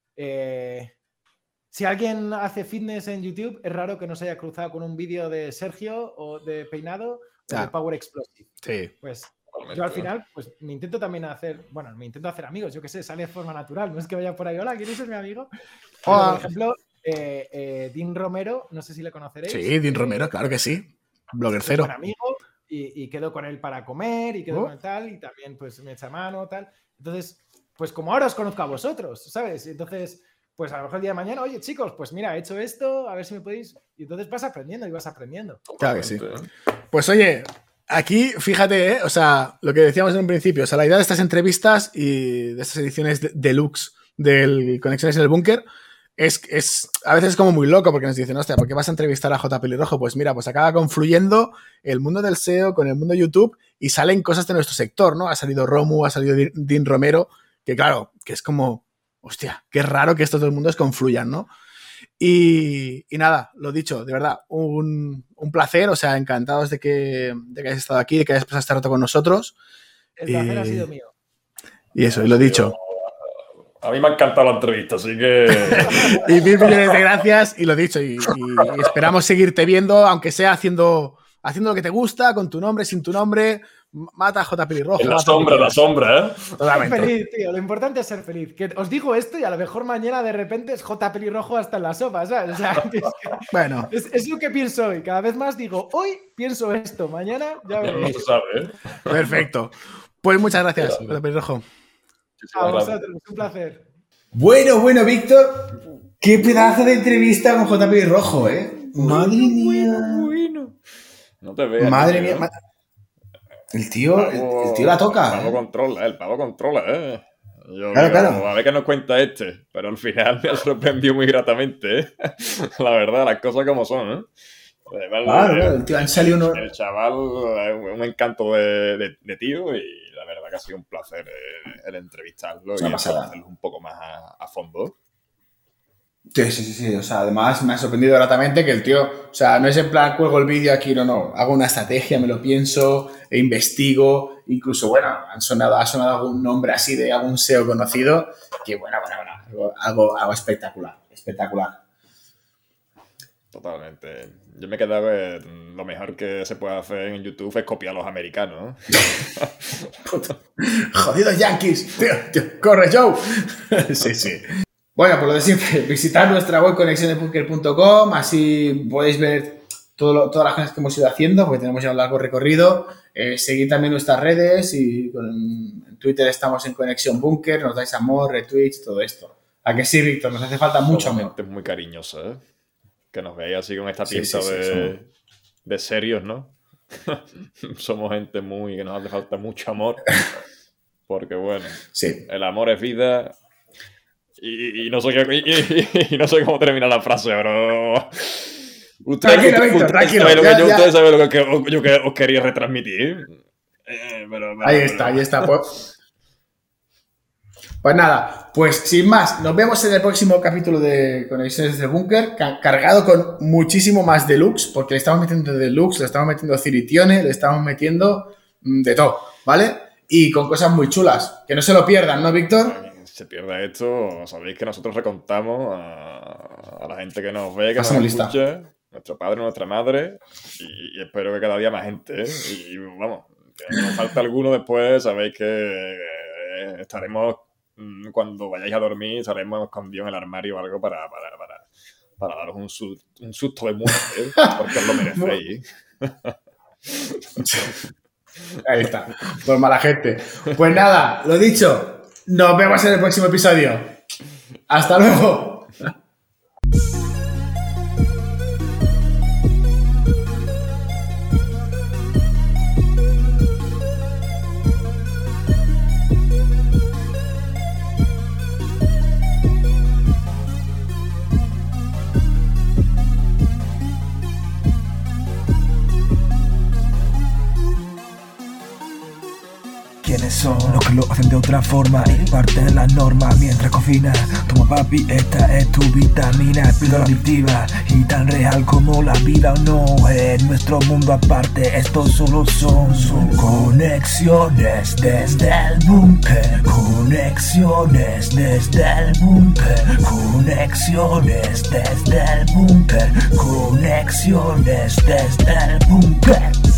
eh, si alguien hace fitness en YouTube, es raro que no se haya cruzado con un vídeo de Sergio o de peinado o Ah. de Power Explosive. Sí. Pues yo al final, pues me intento también hacer, bueno, me intento hacer amigos, yo qué sé, sale de forma natural, no es que vaya por ahí, hola, ¿quieres ser mi amigo? Pero, por ejemplo, eh, eh, Dean Romero, no sé si le conoceréis. Sí, Dean Romero, claro que sí, blogger es cero. un buen amigo y, y quedo con él para comer y quedo Oh. con él tal y también pues me echa mano, tal. Entonces, pues como ahora os conozco a vosotros, ¿sabes? Entonces, pues a lo mejor el día de mañana, oye chicos, pues mira, he hecho esto, a ver si me podéis... Y entonces vas aprendiendo y vas aprendiendo. Claro que sí. Totalmente, ¿eh? Pues oye, aquí fíjate, ¿eh? O sea, lo que decíamos en un principio, o sea, la idea de estas entrevistas y de estas ediciones de- deluxe del Conexiones en el Búnker es, es a veces es como muy loco porque nos dicen, hostia, ¿por qué vas a entrevistar a J. Pelirrojo? Pues mira, pues acaba confluyendo el mundo del S E O con el mundo de YouTube y salen cosas de nuestro sector, ¿no? Ha salido Romu, ha salido Di- Dean Romero, que claro, que es como, hostia, qué raro que estos dos mundos confluyan, ¿no? Y, y nada, lo dicho, de verdad, un, un placer, o sea, encantados de que, de que hayas estado aquí, de que hayas pasado este rato con nosotros. El placer Y- ha sido mío. Y eso, y lo dicho. A mí me ha encantado la entrevista, así que Y mil millones de gracias, y lo dicho, y, y- y esperamos seguirte viendo, aunque sea haciendo, haciendo lo que te gusta, con tu nombre, sin tu nombre. Mata a J. Pelirrojo. en la mata a sombra, quien la quieras. sombra, ¿eh? Ser Totalmente. feliz, tío. Lo importante es ser feliz. Que os digo esto y a lo mejor mañana de repente es J. Pelirrojo hasta en la sopa, ¿sabes? O sea, es, que- Bueno, es- es lo que pienso hoy. Cada vez más digo, hoy pienso esto, mañana ya Ya no veréis. se sabe, ¿eh? perfecto. Pues muchas gracias, J. Pelirrojo. A Muchísimas gracias. vosotros, un placer. Bueno, bueno, Víctor, qué pedazo de entrevista con J. Pelirrojo, ¿eh? Madre mía. No te veas. Madre tío. mía. ma- El tío, el, el tío la El toca. pavo ¿eh? controla, el pavo controla, ¿eh? Yo Claro, digo, claro. a ver qué nos cuenta este, pero al final me ha sorprendido muy gratamente, ¿eh? La verdad, las cosas como son, ¿eh? Además, Claro, el, claro, el tío han salido unos. el chaval es un encanto de, de- de tío y la verdad que ha sido un placer eh, el entrevistarlo Es y una pasada. conocerlo un poco más a, a fondo. Sí, sí, sí, sí. O sea, además me ha sorprendido gratamente que el tío, o sea, no es en plan cuelgo el vídeo aquí, no, no. Hago una estrategia, me lo pienso, e investigo. Incluso, bueno, han sonado, ha sonado algún nombre así de algún S E O conocido. Que bueno, bueno, bueno. Algo, algo, algo espectacular. Espectacular. Totalmente. Yo me he quedado que lo mejor que se puede hacer en YouTube es copiar a los americanos, ¿no? Jodidos Yankees. Tío, tío, corre, Joe. Sí, sí. Bueno, pues lo de siempre, visitar nuestra web conexiones bunker punto com, así podéis ver todo lo- todas las cosas que hemos ido haciendo, porque tenemos ya un largo recorrido. Eh, seguid también nuestras redes y con, en Twitter estamos en Conexión Bunker, nos dais amor, retweets, todo esto. ¿A que sí, Víctor? Nos hace falta mucho Somos amor. gente muy cariñosa, ¿eh? Que nos veáis así con esta Sí, pinta sí, sí, de, somos- de serios, ¿no? Somos gente muy que nos hace falta mucho amor. Porque bueno, Sí. el amor es vida. Y, y no sé qué, y, y- y no sé cómo termina la frase, pero. Ustedes, Tranquilo, Víctor, ustedes tranquilo, saben lo que ya, yo, ya. ustedes saben lo que os- yo que os quería retransmitir. Eh, pero- pero- Ahí pero- está, ahí está. Pues, pues nada, pues sin más, nos vemos en el próximo capítulo de Conexiones desde el Búnker, ca- cargado con muchísimo más deluxe, porque le estamos metiendo deluxe, le estamos metiendo ciritione, le estamos metiendo mm, de todo, ¿vale? Y con cosas muy chulas. Que no se lo pierdan, ¿no, Víctor? Se pierda esto, sabéis que nosotros recontamos a, a la gente que nos ve, que Pasamos nos lista. escucha, nuestro padre, nuestra madre, y, y espero que cada día más gente, ¿eh? Y vamos, que nos falta alguno después, sabéis que eh, estaremos, mm, cuando vayáis a dormir, estaremos escondidos en el armario o algo para, para, para, para daros un, su- un susto de muerte, ¿eh? Porque os lo merecéis. Ahí está, por mala gente. Pues nada, lo dicho, nos vemos en el próximo episodio. ¡Hasta luego! ¿Quiénes son los que lo hacen de otra forma? Y parten la norma mientras cocina. Toma papi, esta es tu vitamina. Píldora adictiva y tan real como la vida o no. En nuestro mundo aparte, estos solo son, son conexiones desde el búnker. Conexiones desde el búnker. Conexiones desde el búnker. Conexiones desde el búnker.